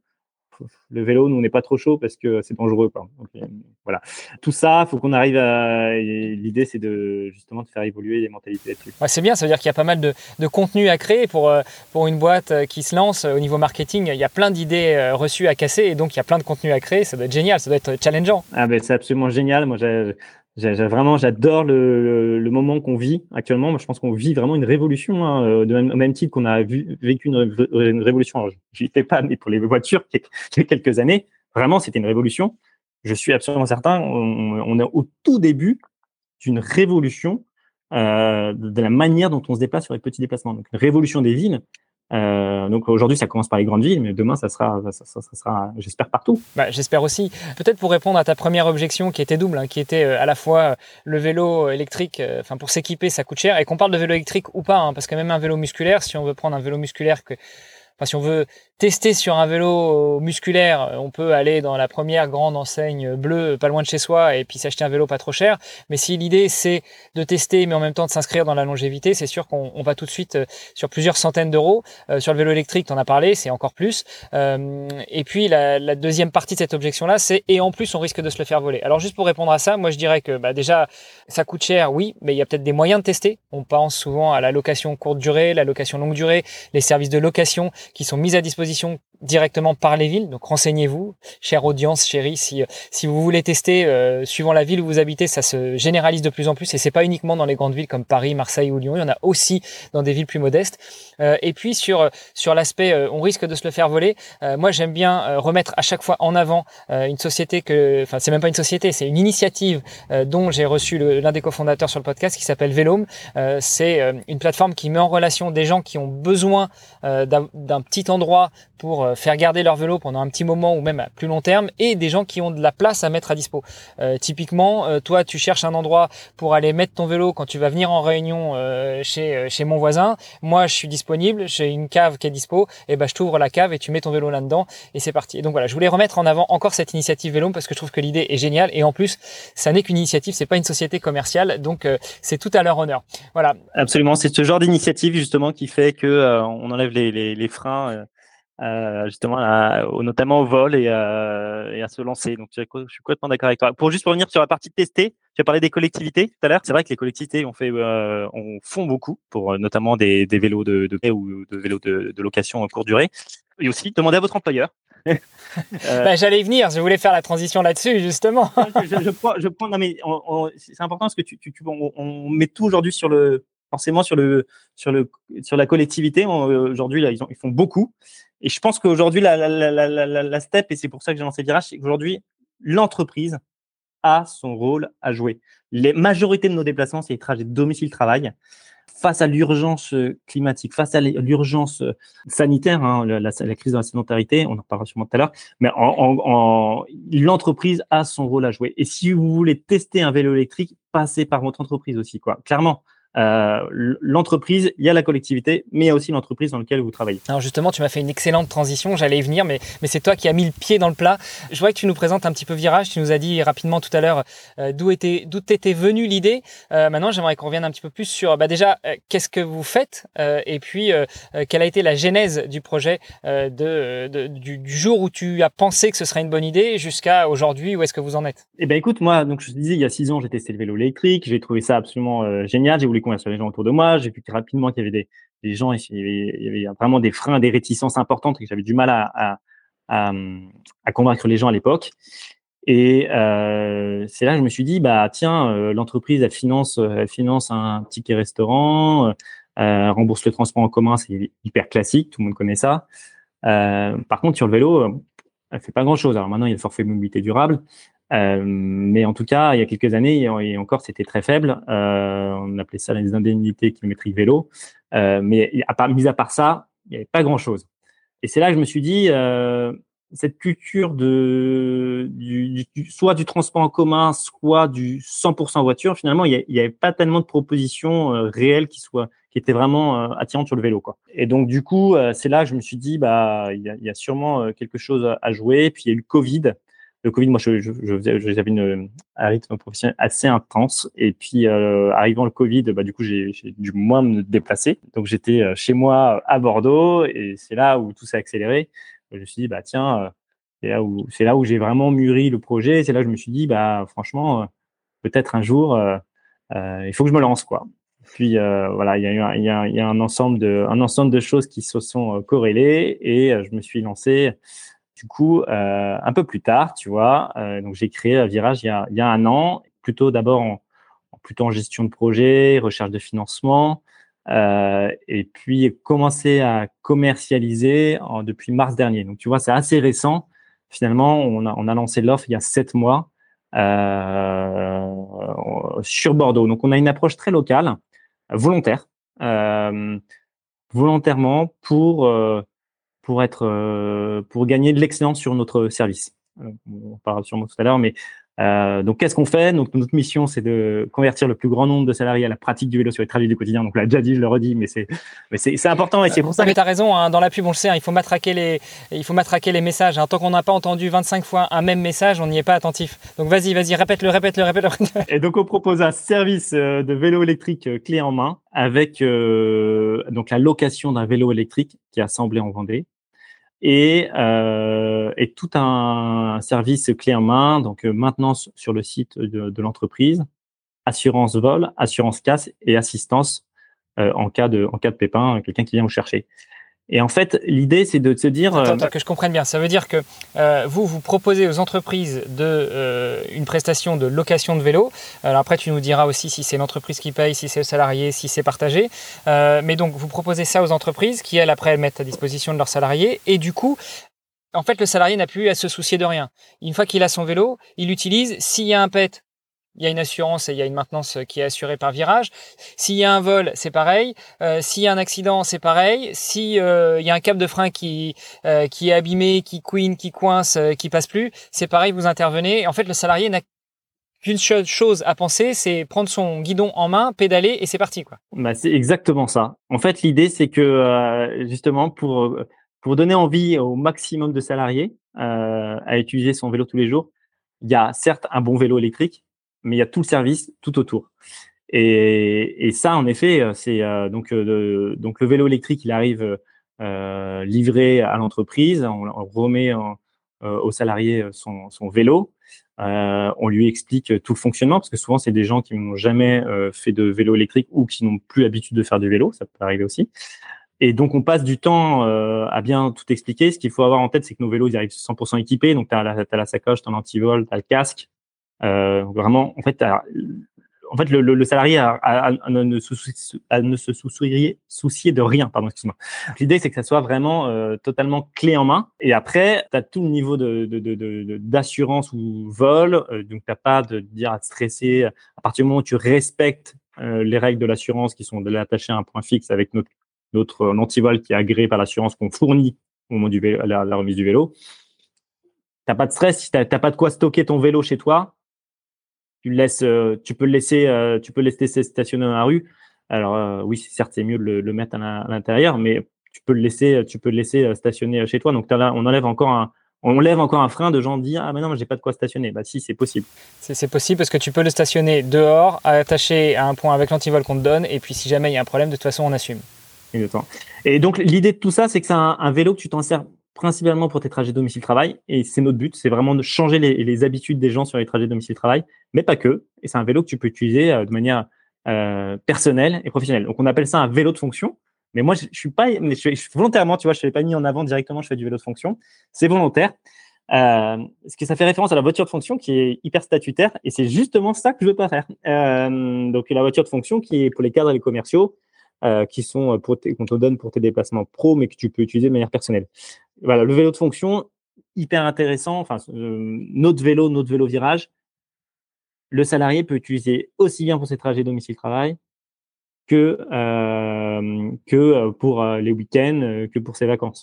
le vélo, nous on n'est pas trop chaud parce que c'est dangereux, quoi. Donc, euh, voilà. Tout ça, faut qu'on arrive à. Et l'idée, c'est de justement de faire évoluer les mentalités là-dessus. Ouais, c'est bien, ça veut dire qu'il y a pas mal de, de contenu à créer pour, pour une boîte qui se lance au niveau marketing. Il y a plein d'idées reçues à casser et donc il y a plein de contenu à créer. Ça doit être génial, ça doit être challengeant. Ah ben c'est absolument génial. Moi, j'ai, j'ai, j'ai vraiment, j'adore le, le, le moment qu'on vit actuellement. Moi, je pense qu'on vit vraiment une révolution, hein, de même, au même titre qu'on a vu, vécu une, une révolution. Alors, j'y étais pas, mais pour les voitures, il y a quelques années, vraiment, c'était une révolution. Je suis absolument certain. On, on est au tout début d'une révolution euh, de la manière dont on se déplace sur les petits déplacements. Donc, une révolution des villes. Euh, donc aujourd'hui, ça commence par les grandes villes, mais demain, ça sera, ça, ça, ça sera, j'espère, partout. Bah, j'espère aussi. Peut-être pour répondre à ta première objection, qui était double, hein, qui était euh, à la fois euh, le vélo électrique, enfin euh, pour s'équiper, ça coûte cher, et qu'on parle de vélo électrique ou pas, hein, parce que même un vélo musculaire, si on veut prendre un vélo musculaire que Enfin, si on veut tester sur un vélo musculaire, on peut aller dans la première grande enseigne bleue pas loin de chez soi et puis s'acheter un vélo pas trop cher. Mais si l'idée c'est de tester mais en même temps de s'inscrire dans la longévité, c'est sûr qu'on on va tout de suite sur plusieurs centaines d'euros. Euh, sur le vélo électrique, tu en as parlé, c'est encore plus. Euh, et puis la, la deuxième partie de cette objection-là, c'est et en plus on risque de se le faire voler. Alors juste pour répondre à ça, moi je dirais que bah, déjà ça coûte cher, oui, mais il y a peut-être des moyens de tester. On pense souvent à la location courte durée, la location longue durée, les services de location qui sont mis à disposition directement par les villes. Donc renseignez-vous, chère audience, chérie, si si vous voulez tester euh, suivant la ville où vous habitez, ça se généralise de plus en plus et c'est pas uniquement dans les grandes villes comme Paris, Marseille ou Lyon, il y en a aussi dans des villes plus modestes. Euh, et puis sur sur l'aspect euh, on risque de se le faire voler, euh, moi j'aime bien euh, remettre à chaque fois en avant euh, une société que enfin c'est même pas une société, c'est une initiative euh, dont j'ai reçu le, l'un des cofondateurs sur le podcast qui s'appelle Vélome. Euh, c'est euh, une plateforme qui met en relation des gens qui ont besoin euh, d'un, d'un petit endroit pour faire garder leur vélo pendant un petit moment ou même à plus long terme et des gens qui ont de la place à mettre à dispo. Euh, typiquement, euh, toi, tu cherches un endroit pour aller mettre ton vélo quand tu vas venir en réunion euh, chez chez mon voisin. Moi, je suis disponible, j'ai une cave qui est dispo, et ben je t'ouvre la cave et tu mets ton vélo là-dedans et c'est parti. Et donc voilà, je voulais remettre en avant encore cette initiative Vélo parce que je trouve que l'idée est géniale et en plus, ça n'est qu'une initiative, c'est pas une société commerciale, donc euh, c'est tout à leur honneur. Voilà. Absolument, c'est ce genre d'initiative justement qui fait que euh, on enlève les les, les freins. Euh... Euh, justement, à, au, notamment au vol et, euh, et à se lancer. Donc, je suis complètement d'accord avec toi. Pour juste revenir sur la partie de tester, tu as parlé des collectivités tout à l'heure. C'est vrai que les collectivités ont fait, euh, on font beaucoup pour euh, notamment des, des vélos de, de paix ou de vélos de, de location courte durée. Et aussi, demandez à votre employeur euh, bah, j'allais y venir, je voulais faire la transition là-dessus, justement. je, je, je, prends, je prends, non mais on, on, c'est important parce que tu, tu, tu, on, on met tout aujourd'hui sur le, forcément sur le, sur le, sur la collectivité. Aujourd'hui, là, ils, ont, ils font beaucoup. Et je pense qu'aujourd'hui, la, la, la, la, la, la step, et c'est pour ça que j'ai lancé Virage, c'est qu'aujourd'hui, l'entreprise a son rôle à jouer. Les majorités de nos déplacements, c'est les trajets de domicile-travail. Face à l'urgence climatique, face à l'urgence sanitaire, hein, la, la, la crise de la sédentarité, on en parlera sûrement tout à l'heure, mais en, en, en, l'entreprise a son rôle à jouer. Et si vous voulez tester un vélo électrique, passez par votre entreprise aussi, quoi. Clairement. Euh, l'entreprise, il y a la collectivité, mais il y a aussi l'entreprise dans laquelle vous travaillez. Alors justement, tu m'as fait une excellente transition, j'allais y venir, mais, mais c'est toi qui as mis le pied dans le plat. Je voudrais que tu nous présentes un petit peu Virage. Tu nous as dit rapidement tout à l'heure euh, d'où était, d'où t'était venue l'idée. Euh, maintenant, j'aimerais qu'on revienne un petit peu plus sur bah déjà euh, qu'est-ce que vous faites euh, et puis euh, euh, quelle a été la genèse du projet euh, de, de, du, du jour où tu as pensé que ce serait une bonne idée jusqu'à aujourd'hui, où est-ce que vous en êtes? Eh ben écoute, moi, donc je te disais, il y a six ans, j'ai testé le vélo électrique, j'ai trouvé ça absolument euh, génial, j'ai voulu convaincre les gens autour de moi, j'ai vu rapidement qu'il y avait des, des gens, il y, avait, il y avait vraiment des freins, des réticences importantes et que j'avais du mal à, à, à, à convaincre les gens à l'époque. Et euh, c'est là que je me suis dit, bah tiens, euh, l'entreprise, elle finance, elle finance un ticket restaurant, euh, rembourse le transport en commun, c'est hyper classique, tout le monde connaît ça. Euh, par contre, sur le vélo, elle fait pas grand-chose. Alors maintenant, il y a le forfait mobilité durable. Euh, mais en tout cas, il y a quelques années, et encore, c'était très faible. Euh, on appelait ça les indemnités kilométriques vélo. Euh, mais à part, mis à part ça, il n'y avait pas grand-chose. Et c'est là que je me suis dit, euh, cette culture de du, du, soit du transport en commun, soit du cent pour cent voiture, finalement, il n'y avait pas tellement de propositions euh, réelles qui soient qui étaient vraiment euh, attirantes sur le vélo, quoi. Et donc du coup, euh, c'est là que je me suis dit, bah, il y a, il y a sûrement euh, quelque chose à, à jouer. Puis il y a eu le Covid. Le Covid, moi, je, je, je, j'avais une, un rythme professionnel assez intense. Et puis, euh, arrivant le Covid, bah, du coup, j'ai, j'ai dû moins me déplacer. Donc, j'étais chez moi à Bordeaux et c'est là où tout s'est accéléré. Je me suis dit, bah, tiens, c'est là où, c'est là où j'ai vraiment mûri le projet. C'est là que je me suis dit, bah, franchement, peut-être un jour, euh, euh, il faut que je me lance, quoi. Puis, euh, voilà, il y a eu un, il y a, il y a un ensemble de, un ensemble de choses qui se sont corrélées et euh, je me suis lancé. Du coup, euh, un peu plus tard, tu vois, euh, donc j'ai créé Virage il y a, il y a un an, plutôt d'abord en, en plutôt en gestion de projet, recherche de financement, euh, et puis commencé à commercialiser en, depuis mars dernier. Donc tu vois, c'est assez récent. Finalement, on a, on a lancé l'offre il y a sept mois euh, sur Bordeaux. Donc on a une approche très locale, volontaire, euh, volontairement pour euh, pour être euh, pour gagner de l'excellence sur notre service. On parlera sûrement tout à l'heure, mais euh, donc qu'est-ce qu'on fait? Donc notre mission, c'est de convertir le plus grand nombre de salariés à la pratique du vélo sur les trajets du quotidien. Donc on l'a déjà dit, je le redis, mais c'est mais c'est, c'est important et c'est pour ça. Mais que... t'as raison, hein, dans la pub on le sait, hein, il faut matraquer les il faut matraquer les messages. Hein. Tant qu'on n'a pas entendu vingt-cinq fois un même message, on n'y est pas attentif. Donc vas-y, vas-y, répète-le, répète-le, répète-le. Et donc on propose un service de vélo électrique clé en main avec euh, donc la location d'un vélo électrique qui est assemblé en Vendée. Et, euh, et tout un service clé en main, donc euh, maintenance sur le site de, de l'entreprise, assurance vol, assurance casse et assistance euh, en cas de en cas de pépin, quelqu'un qui vient vous chercher. Et en fait, l'idée, c'est de se dire... Attends, attends, que je comprenne bien. Ça veut dire que euh, vous, vous proposez aux entreprises de, euh, une prestation de location de vélo. Alors après, tu nous diras aussi si c'est l'entreprise qui paye, si c'est le salarié, si c'est partagé. Euh, mais donc, vous proposez ça aux entreprises qui, elles, après, elles mettent à disposition de leurs salariés. Et du coup, en fait, le salarié n'a plus à se soucier de rien. Une fois qu'il a son vélo, il l'utilise. S'il y a un pet, il y a une assurance et il y a une maintenance qui est assurée par Virage. S'il y a un vol, c'est pareil. Euh, s'il y a un accident, c'est pareil. S'il euh, y a un câble de frein qui, euh, qui est abîmé, qui couine, qui coince, euh, qui passe plus, c'est pareil, vous intervenez. Et en fait, le salarié n'a qu'une seule chose à penser, c'est prendre son guidon en main, pédaler et c'est parti, quoi. Bah, c'est exactement ça. En fait, l'idée, c'est que euh, justement, pour, pour donner envie au maximum de salariés euh, à utiliser son vélo tous les jours, il y a certes un bon vélo électrique, mais il y a tout le service tout autour. Et, et ça, en effet, c'est euh, donc, euh, donc le vélo électrique, il arrive euh, livré à l'entreprise, on, on remet en, euh, au salarié son, son vélo, euh, on lui explique tout le fonctionnement, parce que souvent, c'est des gens qui n'ont jamais euh, fait de vélo électrique ou qui n'ont plus l'habitude de faire du vélo, ça peut arriver aussi. Et donc, on passe du temps euh, à bien tout expliquer. Ce qu'il faut avoir en tête, c'est que nos vélos, ils arrivent cent pour cent équipés. Donc, tu as la, t'as la sacoche, tu as l'antivol, tu as le casque. Euh, vraiment, en fait, t'as, en fait, le, le, le salarié a, a, a, a ne, se soucier, a ne se soucier, soucier de rien. Pardon, excuse-moi. L'idée, c'est que ça soit vraiment euh, totalement clé en main. Et après, tu as tout le niveau de, de, de, de, d'assurance ou vol. Euh, donc, tu n'as pas de dire à te stresser. À partir du moment où tu respectes euh, les règles de l'assurance qui sont de l'attacher à un point fixe avec notre, notre euh, antivol qui est agréé par l'assurance qu'on fournit au moment du vélo, la, la remise du vélo. Tu n'as pas de stress. Si tu n'as pas de quoi stocker ton vélo chez toi, tu le laisses, euh, tu peux le laisser, euh, tu peux le laisser stationner dans la rue. Alors euh, oui, certes, c'est mieux de le, le mettre à l'intérieur, mais tu peux le laisser, tu peux le laisser stationner chez toi. Donc là, on enlève encore un, on lève encore un frein de gens dire ah mais non, j'ai pas de quoi stationner. Bah si, c'est possible. C'est, c'est possible parce que tu peux le stationner dehors, attaché à un point avec l'antivol qu'on te donne, et puis si jamais il y a un problème, de toute façon, on assume. Exactement. Et donc l'idée de tout ça, c'est que c'est un, un vélo que tu t'en sers principalement pour tes trajets domicile-travail. Et c'est notre but, c'est vraiment de changer les, les habitudes des gens sur les trajets domicile-travail, mais pas que. Et c'est un vélo que tu peux utiliser euh, de manière euh, personnelle et professionnelle. Donc on appelle ça un vélo de fonction. Mais moi, je, je suis pas, mais je, je, volontairement, tu vois, je ne l'ai pas mis en avant directement, je fais du vélo de fonction. C'est volontaire. Euh, parce que ça fait référence à la voiture de fonction qui est hyper statutaire. Et c'est justement ça que je veux pas faire. Euh, donc la voiture de fonction qui est pour les cadres et les commerciaux, Euh, qui sont pour tes, qu'on te donne pour tes déplacements pro, mais que tu peux utiliser de manière personnelle. Voilà, le vélo de fonction, hyper intéressant. Enfin, euh, notre vélo, notre vélo virage, le salarié peut utiliser aussi bien pour ses trajets domicile-travail que euh, que pour euh, les week-ends, euh, que pour ses vacances.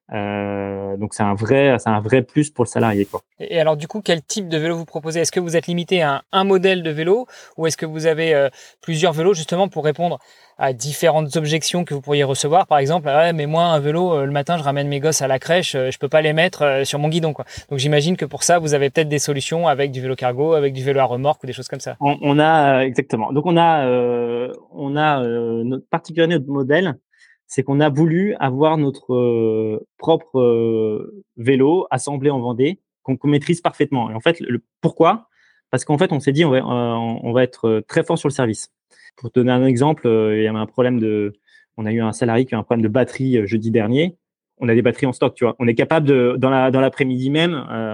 Euh, donc c'est un vrai, c'est un vrai plus pour le salarié, quoi. Et alors du coup, quel type de vélo vous proposez? Est-ce que vous êtes limité à un, un modèle de vélo ou est-ce que vous avez euh, plusieurs vélos justement pour répondre à différentes objections que vous pourriez recevoir? Par exemple, ah ouais, mais moi un vélo, euh, le matin je ramène mes gosses à la crèche, euh, je peux pas les mettre euh, sur mon guidon, quoi. Donc j'imagine que pour ça, vous avez peut-être des solutions avec du vélo cargo, avec du vélo à remorque ou des choses comme ça. On, on a exactement. Donc on a, euh, on a euh, notre particularité, notre modèle, c'est qu'on a voulu avoir notre euh, propre euh, vélo assemblé en Vendée qu'on qu'on maîtrise parfaitement. Et en fait, le, pourquoi? Parce qu'en fait, on s'est dit on va, euh, on va être très fort sur le service. Pour te donner un exemple, euh, il y avait un problème de, on a eu un salarié qui a eu un problème de batterie euh, jeudi dernier. On a des batteries en stock, tu vois. On est capable de, dans la dans l'après-midi même,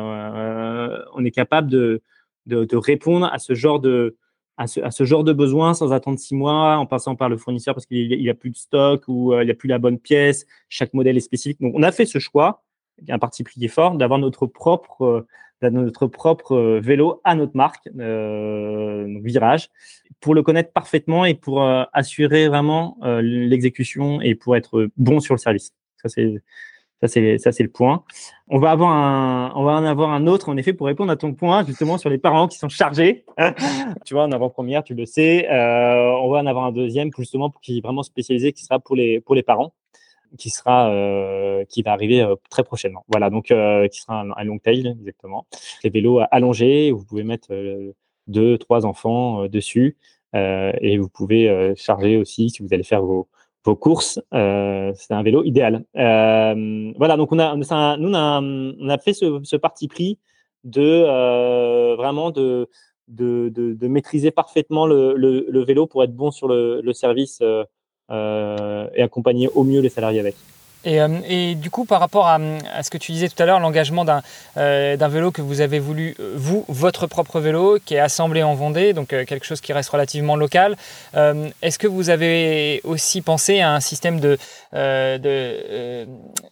euh, on est capable de de, de répondre à ce genre de à ce, à ce genre de besoin sans attendre six mois, en passant par le fournisseur parce qu'il il a plus de stock ou euh, il a plus la bonne pièce. Chaque modèle est spécifique. Donc, on a fait ce choix, un parti pris fort, d'avoir notre propre, euh, notre propre euh, vélo à notre marque, euh, donc Virage, pour le connaître parfaitement et pour euh, assurer vraiment euh, l'exécution et pour être bon sur le service. Ça, c'est ça, c'est, ça, c'est le point. On va avoir un, on va en avoir un autre, en effet, pour répondre à ton point, justement, sur les parents qui sont chargés. Tu vois, en avant-première, tu le sais. Euh, on va en avoir un deuxième, justement, qui est vraiment spécialisé, qui sera pour les, pour les parents, qui sera, euh, qui va arriver euh, très prochainement. Voilà, donc, euh, qui sera un, un long tail, exactement. Les vélos allongés, où vous pouvez mettre euh, deux, trois enfants euh, dessus. Euh, et vous pouvez euh, charger aussi, si vous allez faire vos, vos courses, euh, c'est un vélo idéal. Euh, voilà, donc on a, un, nous on a, on a fait ce, ce parti pris de euh, vraiment de, de, de, de maîtriser parfaitement le, le, le vélo pour être bon sur le, le service euh, euh, et accompagner au mieux les salariés avec. Et, euh, et du coup, par rapport à, à ce que tu disais tout à l'heure, l'engagement d'un, euh, d'un vélo que vous avez voulu, vous, votre propre vélo, qui est assemblé en Vendée, donc euh, quelque chose qui reste relativement local, euh, est-ce que vous avez aussi pensé à un système de, euh, de, euh,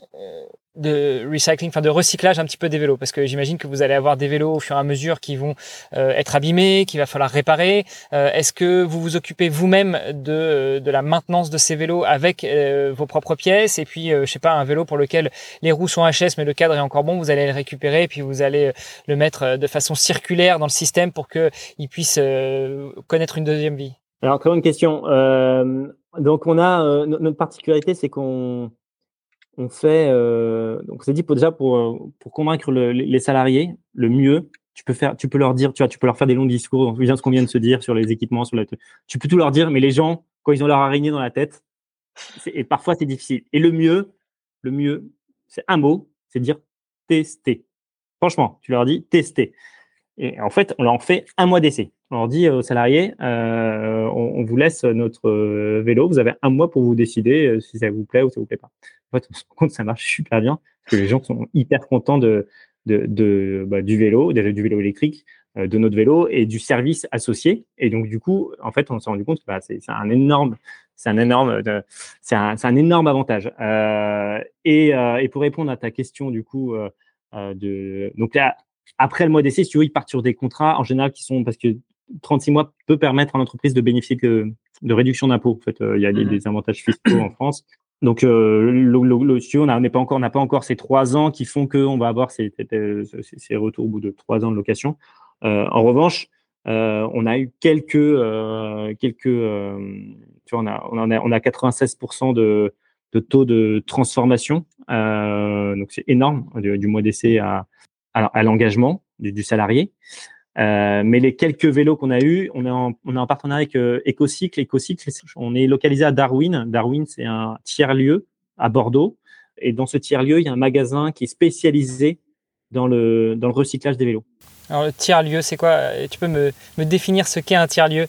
de recycling, enfin de recyclage un petit peu des vélos? Parce que j'imagine que vous allez avoir des vélos au fur et à mesure qui vont euh, être abîmés, qu'il va falloir réparer. Euh, est-ce que vous vous occupez vous-même de, de la maintenance de ces vélos avec euh, vos propres pièces? Et puis, euh, je sais pas, un vélo pour lequel les roues sont H S mais le cadre est encore bon, vous allez le récupérer et puis vous allez le mettre de façon circulaire dans le système pour qu'il puisse euh, connaître une deuxième vie. Alors, très bonne question. Euh, donc, on a euh, notre particularité, c'est qu'on on fait, euh, donc c'est dit pour déjà pour pour convaincre le, les salariés, le mieux, tu peux faire, tu peux leur dire, tu vois, tu peux leur faire des longs discours, bien ce qu'on vient de se dire sur les équipements, sur la, tu peux tout leur dire, mais les gens quand ils ont leur araignée dans la tête, et parfois c'est difficile. Et le mieux, le mieux, c'est un mot, c'est dire tester. Franchement, tu leur dis tester. Et en fait, on leur fait un mois d'essai. On leur dit aux salariés, euh, on, on vous laisse notre vélo, vous avez un mois pour vous décider si ça vous plaît ou ça vous plaît pas. En fait, on se rend compte que ça marche super bien parce que les gens sont hyper contents de, de, de bah, du vélo, déjà du vélo électrique, euh, de notre vélo et du service associé. Et donc du coup, en fait, on s'est rendu compte que bah, c'est, c'est un énorme, c'est un énorme, de, c'est un, c'est un énorme avantage. Euh, et, euh, et pour répondre à ta question, du coup, euh, euh, de, donc là. Après le mois d'essai, si tu veux, ils partent sur des contrats en général qui sont parce que trente-six mois peut permettre à l'entreprise de bénéficier de, de réduction d'impôts. En fait, euh, il y a des, des avantages fiscaux en France. Donc, euh, le, le, le, si on n'a pas encore, on n'a pas encore ces trois ans qui font qu'on va avoir ces, ces, ces retours au bout de trois ans de location. Euh, en revanche, euh, on a eu quelques, euh, quelques, euh, tu vois, on a, on a, on a quatre-vingt-seize pour cent de, de taux de transformation. Euh, donc, c'est énorme du, du mois d'essai à Alors, à l'engagement du, du salarié. Euh, mais les quelques vélos qu'on a eus, on est en, on est en partenariat avec euh, Ecocycle. Ecocycle, on est localisé à Darwin. Darwin, c'est un tiers-lieu à Bordeaux. Et dans ce tiers-lieu, il y a un magasin qui est spécialisé dans le, dans le recyclage des vélos. Alors, le tiers-lieu, c'est quoi? Tu peux me, me définir ce qu'est un tiers-lieu?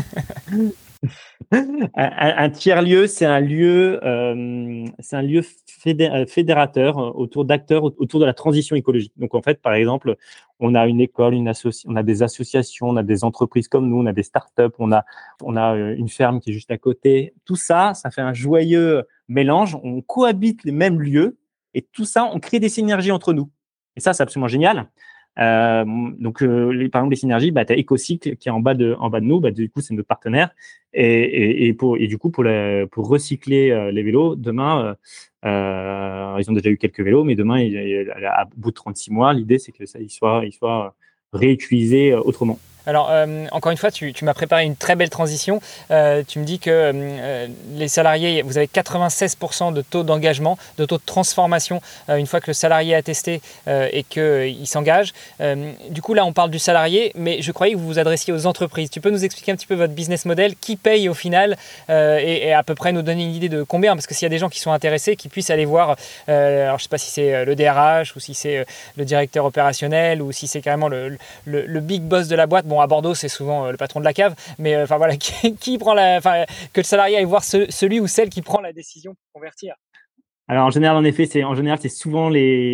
un, un tiers-lieu, c'est un lieu, euh, c'est un lieu fédé- fédérateur autour d'acteurs autour de la transition écologique. Donc en fait, par exemple, on a une école, une associ- on a des associations, on a des entreprises comme nous, on a des startups, on a, on a une ferme qui est juste à côté. Tout ça, ça fait un joyeux mélange. On cohabite les mêmes lieux et tout ça, on crée des synergies entre nous. Et ça, c'est absolument génial. Euh, donc, euh, les, par exemple, les synergies, bah, tu as Ecocycle qui est en bas de, en bas de nous, bah, du coup, c'est notre partenaire. Et, et, et, pour, et du coup, pour, la, pour recycler euh, les vélos, demain, euh, euh, ils ont déjà eu quelques vélos, mais demain, il, il, à bout de trente-six mois, l'idée, c'est que ça il soit, il soit réutilisé euh, autrement. Alors, euh, encore une fois, tu, tu m'as préparé une très belle transition. Euh, tu me dis que euh, les salariés, vous avez quatre-vingt-seize pour cent de taux d'engagement, de taux de transformation, euh, une fois que le salarié a testé euh, et qu'il euh, s'engage. Euh, du coup, là, on parle du salarié, mais je croyais que vous vous adressiez aux entreprises. Tu peux nous expliquer un petit peu votre business model, qui paye au final euh, et, et à peu près nous donner une idée de combien? Parce que s'il y a des gens qui sont intéressés, qui puissent aller voir, euh, alors je ne sais pas si c'est le D R H ou si c'est le directeur opérationnel ou si c'est carrément le, le, le big boss de la boîte. Bon, à Bordeaux, c'est souvent euh, le patron de la cave, mais enfin euh, voilà, qui, qui prend la, enfin que le salarié aille voir ce, celui ou celle qui prend la décision pour convertir. Alors en général, en effet, c'est en général c'est souvent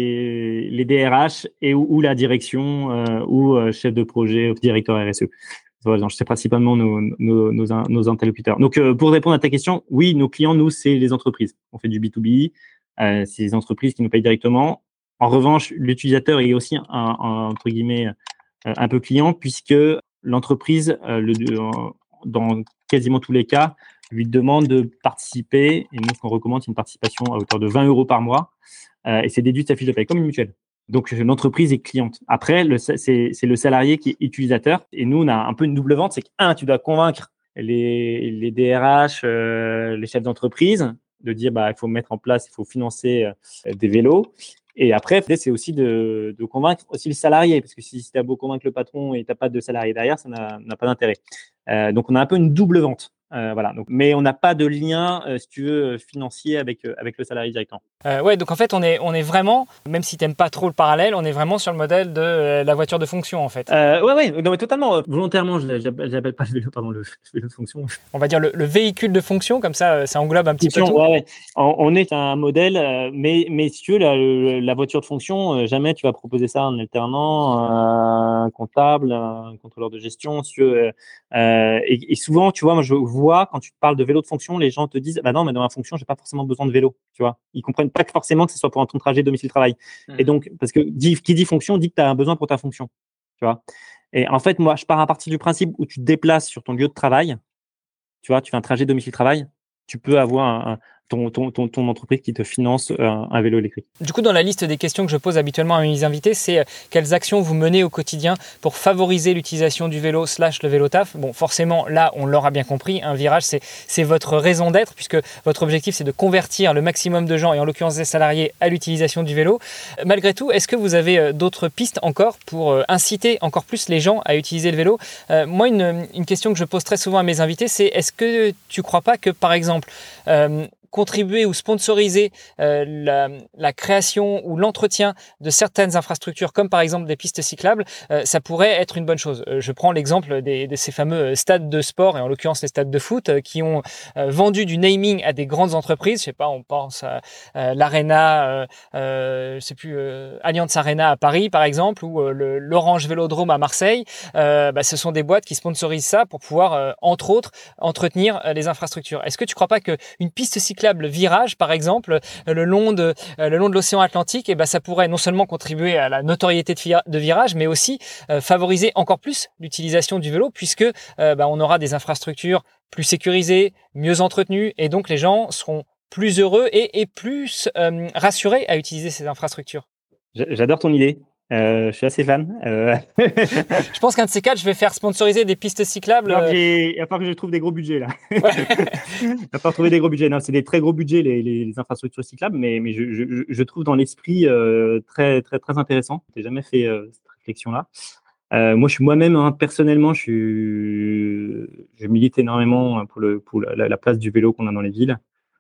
les les D R H et ou, ou la direction euh, ou euh, chef de projet, ou directeur R S E. Voilà, c'est principalement nos nos nos, nos interlocuteurs. Donc euh, pour répondre à ta question, oui, nos clients, nous, c'est les entreprises. On fait du B to B, euh, c'est les entreprises qui nous payent directement. En revanche, l'utilisateur est aussi un, un entre guillemets un peu client puisque l'entreprise, euh, le, dans quasiment tous les cas, lui demande de participer. Et nous, ce qu'on recommande, c'est une participation à hauteur de vingt euros par mois. Euh, et c'est déduit de sa fiche de paie, comme une mutuelle. Donc, l'entreprise est cliente. Après, le, c'est, c'est le salarié qui est utilisateur. Et nous, on a un peu une double vente. C'est que, un, tu dois convaincre les, les D R H, euh, les chefs d'entreprise de dire, bah, il faut mettre en place, il faut financer euh, des vélos. Et après, c'est aussi de, de convaincre aussi le salarié, parce que si, si tu as beau convaincre le patron et tu n'as pas de salarié derrière, ça n'a, n'a pas d'intérêt. Euh, donc, on a un peu une double vente. Euh, voilà. Donc, mais on n'a pas de lien, euh, si tu veux, financier avec, euh, avec le salarié directement. Euh, ouais, donc en fait, on est, on est vraiment, même si tu n'aimes pas trop le parallèle, on est vraiment sur le modèle de euh, la voiture de fonction, en fait. Euh, ouais, ouais, non, mais totalement. Euh, volontairement, je n'appelle pas le vélo, pardon, le vélo de fonction. On va dire le, le véhicule de fonction, comme ça, ça englobe un petit fonction, peu tout. Ouais, ouais. On, on est un modèle, euh, mais, mais si tu veux, la, la voiture de fonction, euh, jamais tu vas proposer ça en alternant, euh, un comptable, un contrôleur de gestion, si tu veux. Euh, et, et souvent, tu vois, moi, je vois, quand tu parles de vélo de fonction, les gens te disent, bah non, mais dans ma fonction, j'ai pas forcément besoin de vélo, tu vois. Ils comprennent pas que forcément que ce soit pour un ton trajet domicile-travail. Mmh. Et donc, parce que dit, qui dit fonction, dit que tu as un besoin pour ta fonction, tu vois. Et en fait, moi, je pars à partir du principe où tu te déplaces sur ton lieu de travail, tu vois, tu fais un trajet domicile-travail, tu peux avoir un, un, ton, ton, ton, ton entreprise qui te finance un, un vélo électrique. Du coup, dans la liste des questions que je pose habituellement à mes invités, c'est euh, quelles actions vous menez au quotidien pour favoriser l'utilisation du vélo slash le vélo taf. Bon, forcément, là, on l'aura bien compris, un virage, c'est, c'est votre raison d'être, puisque votre objectif, c'est de convertir le maximum de gens, et en l'occurrence des salariés, à l'utilisation du vélo. Malgré tout, est-ce que vous avez d'autres pistes encore pour euh, inciter encore plus les gens à utiliser le vélo ? euh, Moi, une, une question que je pose très souvent à mes invités, c'est est-ce que tu ne crois pas que, par exemple, euh, contribuer ou sponsoriser euh, la, la création ou l'entretien de certaines infrastructures, comme par exemple des pistes cyclables, euh, ça pourrait être une bonne chose. Euh, je prends l'exemple des, de ces fameux stades de sport, et en l'occurrence les stades de foot, euh, qui ont euh, vendu du naming à des grandes entreprises. Je sais pas, on pense à euh, l'Arena, euh, euh, je sais plus, euh, Allianz Arena à Paris par exemple, ou euh, le, l'Orange Vélodrome à Marseille. Euh, bah, ce sont des boîtes qui sponsorisent ça pour pouvoir, euh, entre autres, entretenir euh, les infrastructures. Est-ce que tu ne crois pas qu'une piste cyclable virage, par exemple, euh, le long de, euh, le long de l'océan Atlantique, eh ben, ça pourrait non seulement contribuer à la notoriété de, fi- de virage, mais aussi euh, favoriser encore plus l'utilisation du vélo, puisque euh, bah, on aura des infrastructures plus sécurisées, mieux entretenues, et donc les gens seront plus heureux et, et plus euh, rassurés à utiliser ces infrastructures. J'adore ton idée. Euh, je suis assez fan. Euh... je pense qu'un de ces quatre, je vais faire sponsoriser des pistes cyclables. Alors, il va falloir que je trouve des gros budgets là. Ouais. Il va falloir trouver des gros budgets. Non, c'est des très gros budgets les, les, les infrastructures cyclables, mais, mais je, je, je trouve dans l'esprit euh, très très très intéressant. J'ai jamais fait euh, cette réflexion là. Euh, moi, je suis moi-même hein, personnellement, je suis, je milite énormément pour le pour la, la place du vélo qu'on a dans les villes.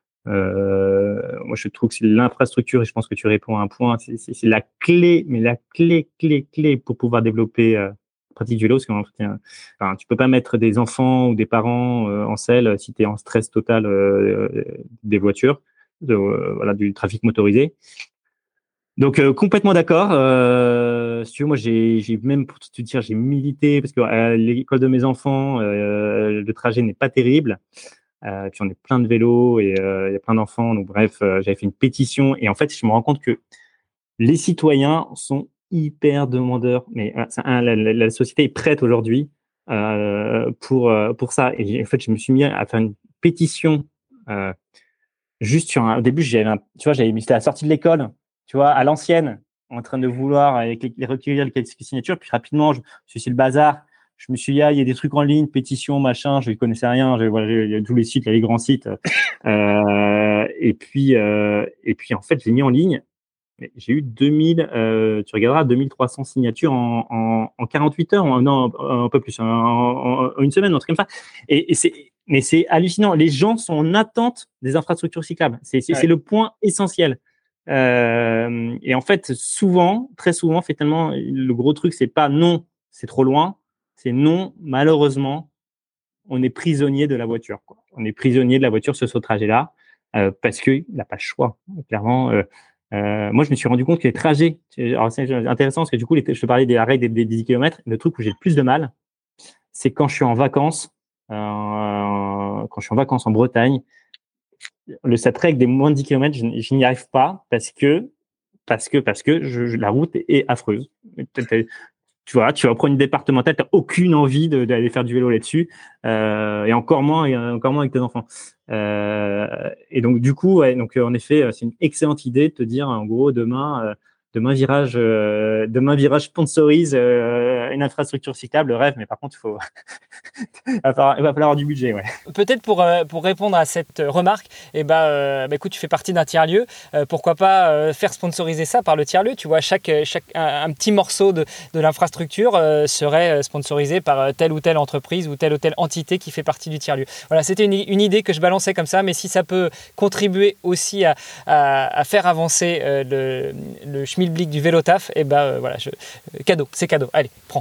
Euh, moi, je trouve que c'est l'infrastructure, et je pense que tu réponds à un point, c'est, c'est, c'est la clé, mais la clé, clé, clé pour pouvoir développer euh, la pratique du vélo. Parce que enfin, tu peux pas mettre des enfants ou des parents euh, en selle si tu es en stress total euh, des voitures, de, euh, voilà, du trafic motorisé. Donc euh, complètement d'accord. Euh, si tu veux, moi j'ai, j'ai même pour te dire, j'ai milité parce que à l'école de mes enfants, euh, le trajet n'est pas terrible. Euh, puis on est plein de vélos et euh, il y a plein d'enfants. Donc bref, euh, j'avais fait une pétition et en fait, je me rends compte que les citoyens sont hyper demandeurs. Mais euh, c'est un, la, la, la société est prête aujourd'hui euh, pour euh, pour ça. Et en fait, je me suis mis à faire une pétition euh, juste sur un. Au début, j'avais, un, tu vois, j'avais mis, c'était à la sortie de l'école, tu vois, à l'ancienne, en train de vouloir avec les, les recueillir quelques signatures. Puis rapidement, je, je suis le bazar. Je me suis dit, ah, il y a des trucs en ligne, pétition, machin, je ne connaissais rien, je, voilà, il y a tous les sites, les grands sites. Euh, et puis, euh, et puis, en fait, j'ai mis en ligne, j'ai eu deux mille, euh, tu regarderas, deux mille trois cents signatures en, en, en quarante-huit heures, en, non, un peu plus, en, en, en une semaine, un truc comme ça. Et, et c'est, mais c'est hallucinant. Les gens sont en attente des infrastructures cyclables. C'est, c'est, ouais. c'est le point essentiel. Euh, et en fait, souvent, très souvent, fait tellement, le gros truc, c'est pas non, c'est trop loin. C'est non, malheureusement, on est prisonnier de la voiture, quoi. On est prisonnier de la voiture sur ce trajet-là euh, parce qu'il n'a pas le choix. Clairement, euh, euh, moi, je me suis rendu compte que les trajets, alors c'est intéressant parce que du coup, les, je te parlais des arrêts des, des dix kilomètres. Le truc où j'ai le plus de mal, c'est quand je suis en vacances, euh, quand je suis en vacances en Bretagne, le ça trek des moins de dix kilomètres, je, je n'y arrive pas parce que parce que parce que je, je, la route est affreuse. Tu vois, tu vas prendre une départementale, tu n'as aucune envie de, d'aller faire du vélo là-dessus, euh, et encore moins, et encore moins avec tes enfants. Euh, et donc, du coup, ouais, donc, en effet, c'est une excellente idée de te dire, en gros, demain, euh, demain virage, euh, demain virage sponsorise euh, une infrastructure cyclable, le rêve, mais par contre, il faut, il va falloir, il va falloir avoir du budget, ouais. Peut-être pour, euh, pour répondre à cette remarque, eh ben, euh, bah, écoute, tu fais partie d'un tiers-lieu, euh, pourquoi pas euh, faire sponsoriser ça par le tiers-lieu, tu vois, chaque, chaque, un, un petit morceau de, de l'infrastructure euh, serait sponsorisé par telle ou telle entreprise ou telle ou telle entité qui fait partie du tiers-lieu. Voilà, c'était une, une idée que je balançais comme ça, mais si ça peut contribuer aussi à, à, à faire avancer euh, le, le schmilblick du vélotaf, eh ben, euh, voilà, je, cadeau, c'est cadeau, allez, prends.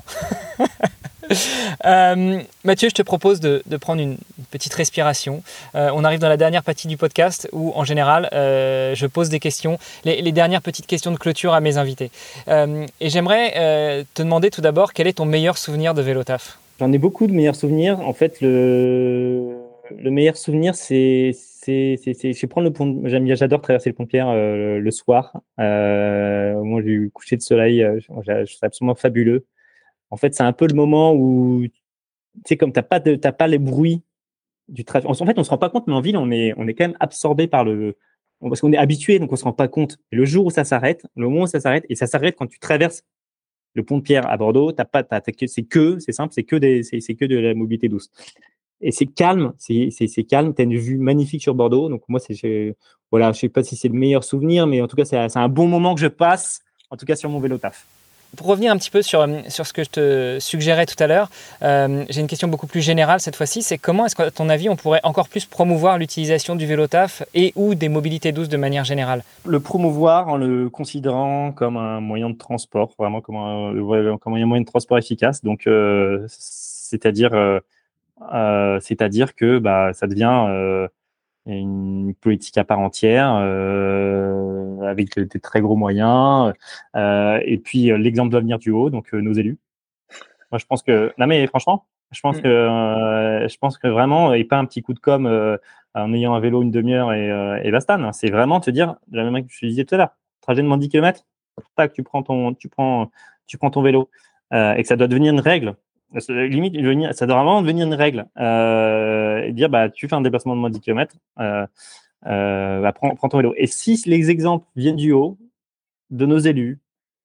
Euh, Mathieu, je te propose de, de prendre une petite respiration. Euh, on arrive dans la dernière partie du podcast où, en général, euh, je pose des questions, les, les dernières petites questions de clôture à mes invités. Euh, et j'aimerais euh, te demander tout d'abord, quel est ton meilleur souvenir de vélotaf ? J'en ai beaucoup de meilleurs souvenirs. En fait, le, le meilleur souvenir, c'est, c'est, c'est, c'est, je prends le pont. J'aime bien, j'adore traverser le pont de Pierre euh, le soir. Euh, moi, j'ai eu coucher de soleil, euh, je trouve ça absolument fabuleux. En fait, c'est un peu le moment où, tu sais, comme t'as pas de, t'as pas les bruits du trafic. En fait, on se rend pas compte, mais en ville, on est, on est quand même absorbé par le, parce qu'on est habitué, donc on se rend pas compte. Et le jour où ça s'arrête, le moment où ça s'arrête, et ça s'arrête quand tu traverses le pont de Pierre à Bordeaux, t'as pas, t'as, t'as que, c'est que, c'est simple, c'est que des, c'est, c'est que de la mobilité douce. Et c'est calme, c'est, c'est, c'est calme. T'as une vue magnifique sur Bordeaux. Donc moi, c'est, je, voilà, je sais pas si c'est le meilleur souvenir, mais en tout cas, c'est, c'est un bon moment que je passe, en tout cas sur mon vélo taf. Pour revenir un petit peu sur, sur ce que je te suggérais tout à l'heure, euh, j'ai une question beaucoup plus générale cette fois-ci, c'est comment est-ce qu'à ton avis on pourrait encore plus promouvoir l'utilisation du vélo taf et ou des mobilités douces de manière générale? Le promouvoir en le considérant comme un moyen de transport, vraiment comme un, comme un moyen de transport efficace. Donc, euh, c'est-à-dire, euh, euh, c'est-à-dire que bah, ça devient euh, une politique à part entière, euh, avec des très gros moyens. Euh, et puis, euh, l'exemple doit venir du haut, donc euh, nos élus. Moi, je pense que, non mais franchement, je pense Mm. que, euh, je pense que vraiment, et pas un petit coup de com euh, en ayant un vélo une demi-heure et, euh, et basta. Non. C'est vraiment te dire, de la même manière que je te disais tout à l'heure, trajet de moins de dix kilomètres, tac, tu prends ton, tu prends, tu prends ton vélo, euh, et que ça doit devenir une règle. Limite, ça doit vraiment devenir une règle. Euh, et dire, bah, tu fais un déplacement de moins de dix kilomètres, euh, euh, bah, prends, prends ton vélo. Et si les exemples viennent du haut, de nos élus,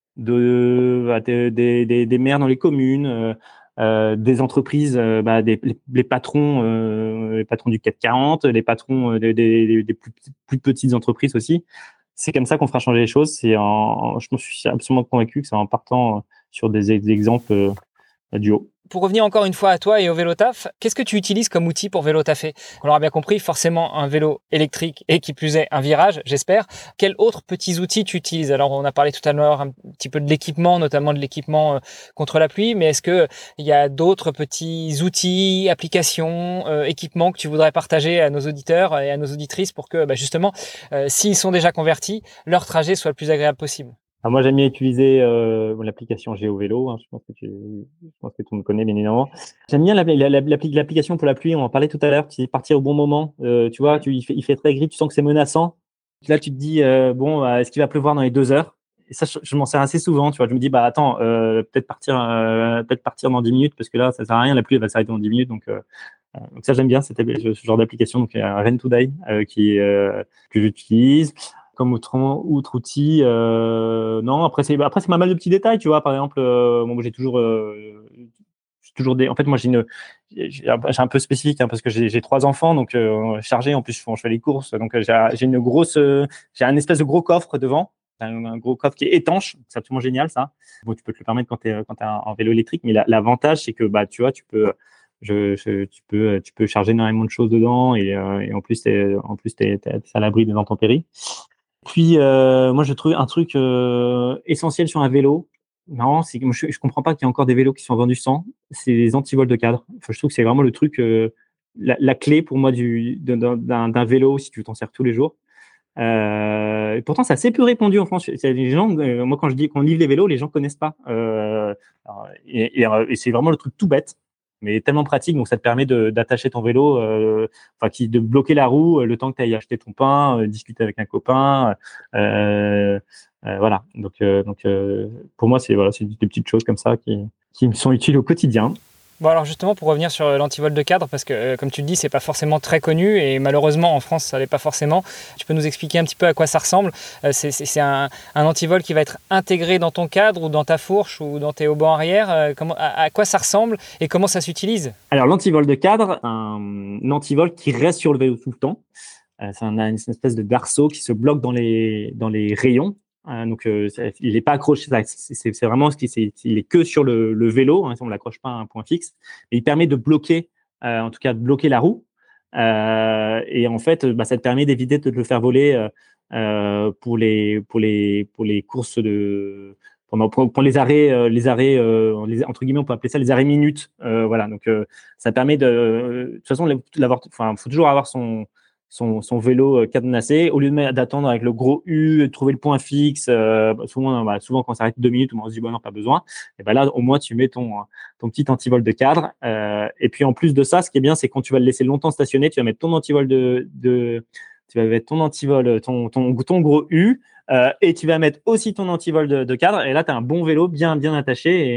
de, bah, des, des, des, des maires dans les communes, euh, euh, des entreprises, euh, bah, des, les, les patrons, euh, les patrons du CAC quarante, les patrons euh, des, des, des plus, plus petites entreprises aussi. C'est comme ça qu'on fera changer les choses. C'est en, je me suis absolument convaincu que c'est en partant sur des, des exemples euh, du haut. Pour revenir encore une fois à toi et au vélo taf, qu'est-ce que tu utilises comme outil pour vélo taffer? On l'aura bien compris, forcément un vélo électrique et qui plus est un virage, j'espère. Quels autres petits outils tu utilises? Alors on a parlé tout à l'heure un petit peu de l'équipement, notamment de l'équipement contre la pluie, mais est-ce que il y a d'autres petits outils, applications, euh, équipements que tu voudrais partager à nos auditeurs et à nos auditrices pour que bah, justement, euh, s'ils sont déjà convertis, leur trajet soit le plus agréable possible? Alors moi, j'aime bien utiliser euh, l'application GeoVélo. Hein, je pense que tu, je pense que tu me connais bien évidemment. J'aime bien l'application pour la pluie. On en parlait tout à l'heure. Tu sais, partir au bon moment. Euh, tu vois, tu, il, fait, il fait très gris. Tu sens que c'est menaçant. Là, tu te dis euh, bon, euh, est-ce qu'il va pleuvoir dans les deux heures? Et ça, je, je m'en sers assez souvent. Tu vois, je me dis bah attends, euh, peut-être partir, euh, peut-être partir dans dix minutes parce que là, ça sert à rien. La pluie elle va s'arrêter dans dix minutes. Donc, euh, donc ça, j'aime bien cette, ce genre d'application. Donc, il y a Rain to Die euh, qui euh, que j'utilise. Comme autre, outre outil, euh, non. Après c'est après c'est pas mal de petits détails, tu vois. Par exemple, euh, bon, j'ai toujours, euh, j'ai toujours des. En fait, moi j'ai une, j'ai un peu spécifique hein, parce que j'ai trois enfants, donc euh, chargé. En plus, je, je fais les courses, donc j'ai j'ai une grosse, euh, j'ai un espèce de gros coffre devant, un, un gros coffre qui est étanche. C'est absolument génial ça. Bon, tu peux te le permettre quand t'es quand t'es en vélo électrique, mais l'avantage c'est que bah tu vois, tu peux Je, je, tu peux, tu peux charger énormément de choses dedans et, euh, et en plus, t'es, en plus, t'es, t'es à l'abri des intempéries. Puis, euh, moi, je trouve un truc euh, essentiel sur un vélo. Marrant, c'est que moi, je, je comprends pas qu'il y ait encore des vélos qui sont vendus sans. C'est les antivols de cadre. Enfin, je trouve que c'est vraiment le truc, euh, la, la clé pour moi du, d'un, d'un vélo si tu t'en sers tous les jours. Euh, et pourtant, c'est assez peu répandu en France. C'est les gens, euh, moi, quand je dis qu'on livre les vélos, les gens connaissent pas. Euh, alors, et, et, et c'est vraiment le truc tout bête, mais tellement pratique. Donc, ça te permet de, d'attacher ton vélo, euh, enfin, qui, de bloquer la roue euh, le temps que tu ailles acheter ton pain, euh, discuter avec un copain. Euh, euh, voilà. Donc, euh, donc euh, pour moi, c'est voilà, c'est des petites choses comme ça qui, qui me sont utiles au quotidien. Bon alors justement pour revenir sur l'antivol de cadre, parce que euh, comme tu le dis c'est pas forcément très connu et malheureusement en France ça l'est pas forcément, tu peux nous expliquer un petit peu à quoi ça ressemble? euh, C'est, c'est, c'est un, un antivol qui va être intégré dans ton cadre ou dans ta fourche ou dans tes haubans arrière, euh, comment, à, à quoi ça ressemble et comment ça s'utilise? Alors l'antivol de cadre, un, un antivol qui reste sur le vélo tout le temps. Euh, c'est un, une espèce de d'arceau qui se bloque dans les, dans les rayons. Euh, donc, euh, il n'est pas accroché. C'est, c'est, c'est vraiment ce qui, c'est, il est que sur le, le vélo. Hein, on ne l'accroche pas à un point fixe. Et il permet de bloquer, euh, en tout cas, de bloquer la roue. Euh, et en fait, bah, ça te permet d'éviter de te le faire voler euh, pour les, pour les, pour les courses de, pendant pour, pour les arrêts, euh, les arrêts, euh, les, entre guillemets, on peut appeler ça les arrêts minutes. Euh, voilà. Donc, euh, ça permet de, euh, de toute façon, l'avoir. Enfin, faut toujours avoir son son, son vélo cadenassé, au lieu de d'attendre avec le gros U, de trouver le point fixe. Euh, souvent, bah, souvent, quand ça arrête deux minutes, on se dit, bon, non, pas besoin. Et ben là, au moins, tu mets ton, ton petit antivol de cadre. Euh, et puis, en plus de ça, ce qui est bien, c'est quand tu vas le laisser longtemps stationner, tu vas mettre ton antivol de, de tu vas mettre ton antivol, ton, ton, ton gros U, euh, et tu vas mettre aussi ton antivol de, de cadre. Et là, tu as un bon vélo bien, bien attaché. Et,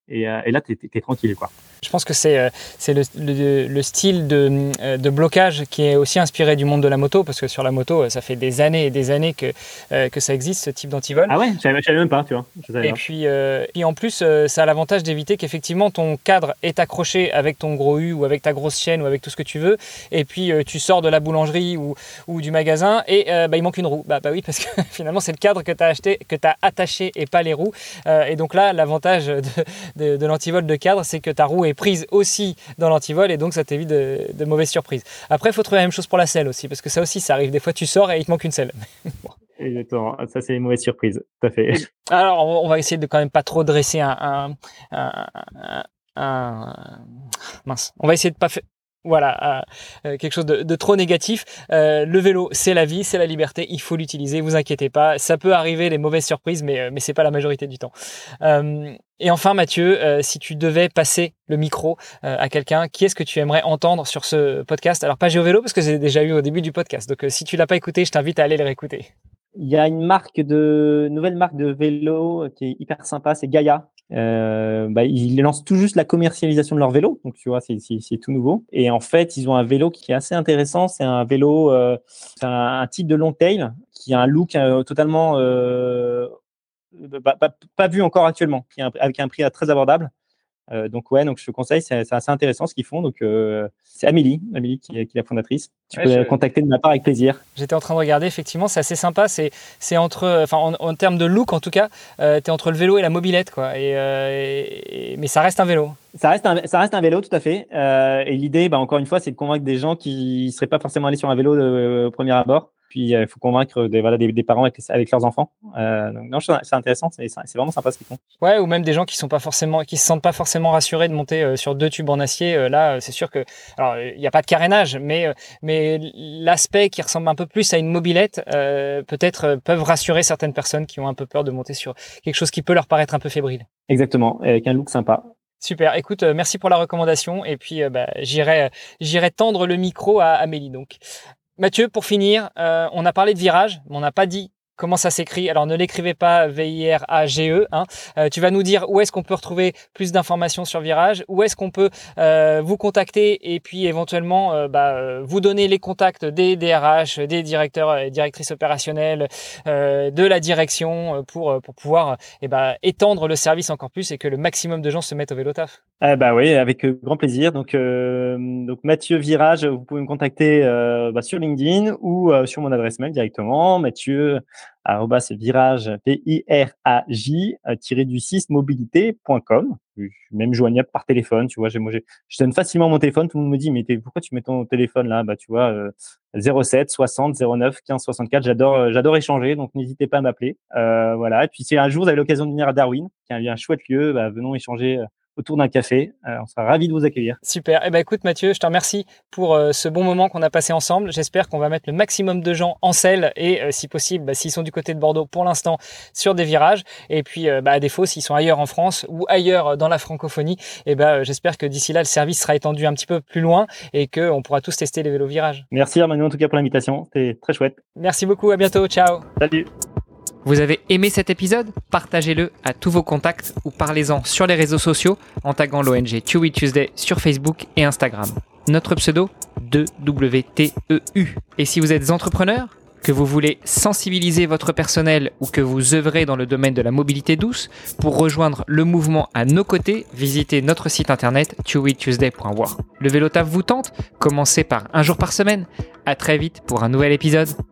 Et, euh, et là, tu es tranquille, quoi. Je pense que c'est, euh, c'est le, le, le style de, euh, de blocage qui est aussi inspiré du monde de la moto, parce que sur la moto, ça fait des années et des années que, euh, que ça existe, ce type d'antivol. Ah ouais, je savais, je savais même pas, tu vois. Je savais et, puis, euh, et en plus, euh, ça a l'avantage d'éviter qu'effectivement ton cadre est accroché avec ton gros U ou avec ta grosse chaîne ou avec tout ce que tu veux, et puis euh, tu sors de la boulangerie ou, ou du magasin et euh, bah, il manque une roue. Bah, bah oui, parce que finalement, c'est le cadre que tu as acheté, que tu as attaché et pas les roues. Euh, et donc là, l'avantage de, de, de l'antivol de cadre, c'est que ta roue est prise aussi dans l'antivol et donc ça t'évite de, de mauvaises surprises. Après, il faut trouver la même chose pour la selle aussi, parce que ça aussi, ça arrive. Des fois, tu sors et il te manque une selle. Exactement, ça c'est une mauvaise surprise, tout à fait. Alors, on va essayer de quand même pas trop dresser un... un, un, un, un mince, on va essayer de pas faire... Voilà, euh, quelque chose de, de trop négatif. Euh, le vélo, c'est la vie, c'est la liberté, il faut l'utiliser, vous inquiétez pas. Ça peut arriver, les mauvaises surprises, mais, mais c'est pas la majorité du temps. Euh, et enfin, Mathieu, euh, si tu devais passer le micro euh, à quelqu'un, qui est-ce que tu aimerais entendre sur ce podcast? Alors, pas GeoVélo, parce que j'ai déjà eu au début du podcast. Donc, euh, si tu l'as pas écouté, je t'invite à aller le réécouter. Il y a une marque de nouvelle marque de vélo qui est hyper sympa, c'est Gaia. Euh, bah, ils lancent tout juste la commercialisation de leur vélo, donc tu vois, c'est, c'est, c'est tout nouveau. Et en fait, ils ont un vélo qui est assez intéressant. C'est un vélo, euh, c'est un, un type de long tail qui a un look euh, totalement euh, pas, pas, pas vu encore actuellement, qui a un, avec un prix très abordable. Euh, donc ouais, donc je te conseille, c'est, c'est assez intéressant ce qu'ils font. Donc euh, c'est Amélie, Amélie qui est, qui est la fondatrice. Tu ouais, peux je... la contacter de ma part avec plaisir. J'étais en train de regarder, effectivement, c'est assez sympa. C'est, c'est entre, enfin en, en termes de look en tout cas, euh, t'es entre le vélo et la mobilette, quoi. Et, euh, et, et mais ça reste un vélo. Ça reste un, ça reste un vélo, tout à fait. Euh, et l'idée, bah, encore une fois, c'est de convaincre des gens qui ne seraient pas forcément allés sur un vélo de, euh, au premier abord. Puis, il euh, faut convaincre des, voilà, des, des parents avec, avec leurs enfants. Euh, donc, non, c'est intéressant. C'est, c'est vraiment sympa ce qu'ils font. Ouais, ou même des gens qui sont pas forcément, qui se sentent pas forcément rassurés de monter euh, sur deux tubes en acier. Euh, là, c'est sûr que, alors, il n'y a pas de carénage, mais, euh, mais l'aspect qui ressemble un peu plus à une mobilette, euh, peut-être euh, peuvent rassurer certaines personnes qui ont un peu peur de monter sur quelque chose qui peut leur paraître un peu fébrile. Exactement, avec un look sympa. Super. Écoute, euh, merci pour la recommandation. Et puis, euh, bah, j'irai, euh, j'irai tendre le micro à Amélie. Donc, Mathieu, pour finir, euh, on a parlé de virage, mais on n'a pas dit comment ça s'écrit. Alors, ne l'écrivez pas V I R A G E. Hein. Euh, tu vas nous dire où est-ce qu'on peut retrouver plus d'informations sur Virage, où est-ce qu'on peut euh, vous contacter et puis éventuellement euh, bah, euh, vous donner les contacts des D R H, des directeurs et directrices opérationnelles, euh, de la direction pour, pour pouvoir eh bah, étendre le service encore plus et que le maximum de gens se mettent au vélo taf. Ah bah oui, avec grand plaisir. Donc, euh, donc Mathieu Virage, vous pouvez me contacter euh, bah, sur LinkedIn ou euh, sur mon adresse mail directement, Mathieu arobase virage P I R A J tiré du six mobilité point com. Je suis même joignable par téléphone, tu vois. J'ai, moi, j'ai, je donne facilement mon téléphone. Tout le monde me dit, mais pourquoi tu mets ton téléphone là? Bah, tu vois, euh, zéro sept soixante zéro neuf quinze soixante-quatre. J'adore, euh, j'adore échanger, donc n'hésitez pas à m'appeler. Euh, voilà. Et puis, si un jour vous avez l'occasion de venir à Darwin, qui est un, un chouette lieu, bah, venons échanger euh, autour d'un café. Euh, on sera ravis de vous accueillir. Super. Eh ben, écoute, Mathieu, je te remercie pour euh, ce bon moment qu'on a passé ensemble. J'espère qu'on va mettre le maximum de gens en selle et, euh, si possible, bah, s'ils sont du côté de Bordeaux pour l'instant, sur des virages. Et puis, euh, bah, à défaut, s'ils sont ailleurs en France ou ailleurs dans la francophonie, eh ben, euh, j'espère que d'ici là, le service sera étendu un petit peu plus loin et qu'on pourra tous tester les vélos virages. Merci, Armano, en tout cas, pour l'invitation. C'était très chouette. Merci beaucoup. À bientôt. Ciao. Salut. Vous avez aimé cet épisode? Partagez-le à tous vos contacts ou parlez-en sur les réseaux sociaux en taguant l'O N G Two Wheel Tuesday sur Facebook et Instagram. Notre pseudo, deux W T E U. Et si vous êtes entrepreneur, que vous voulez sensibiliser votre personnel ou que vous œuvrez dans le domaine de la mobilité douce, pour rejoindre le mouvement à nos côtés, visitez notre site internet two wheel tuesday point work. Le vélo taf vous tente? Commencez par un jour par semaine. À très vite pour un nouvel épisode.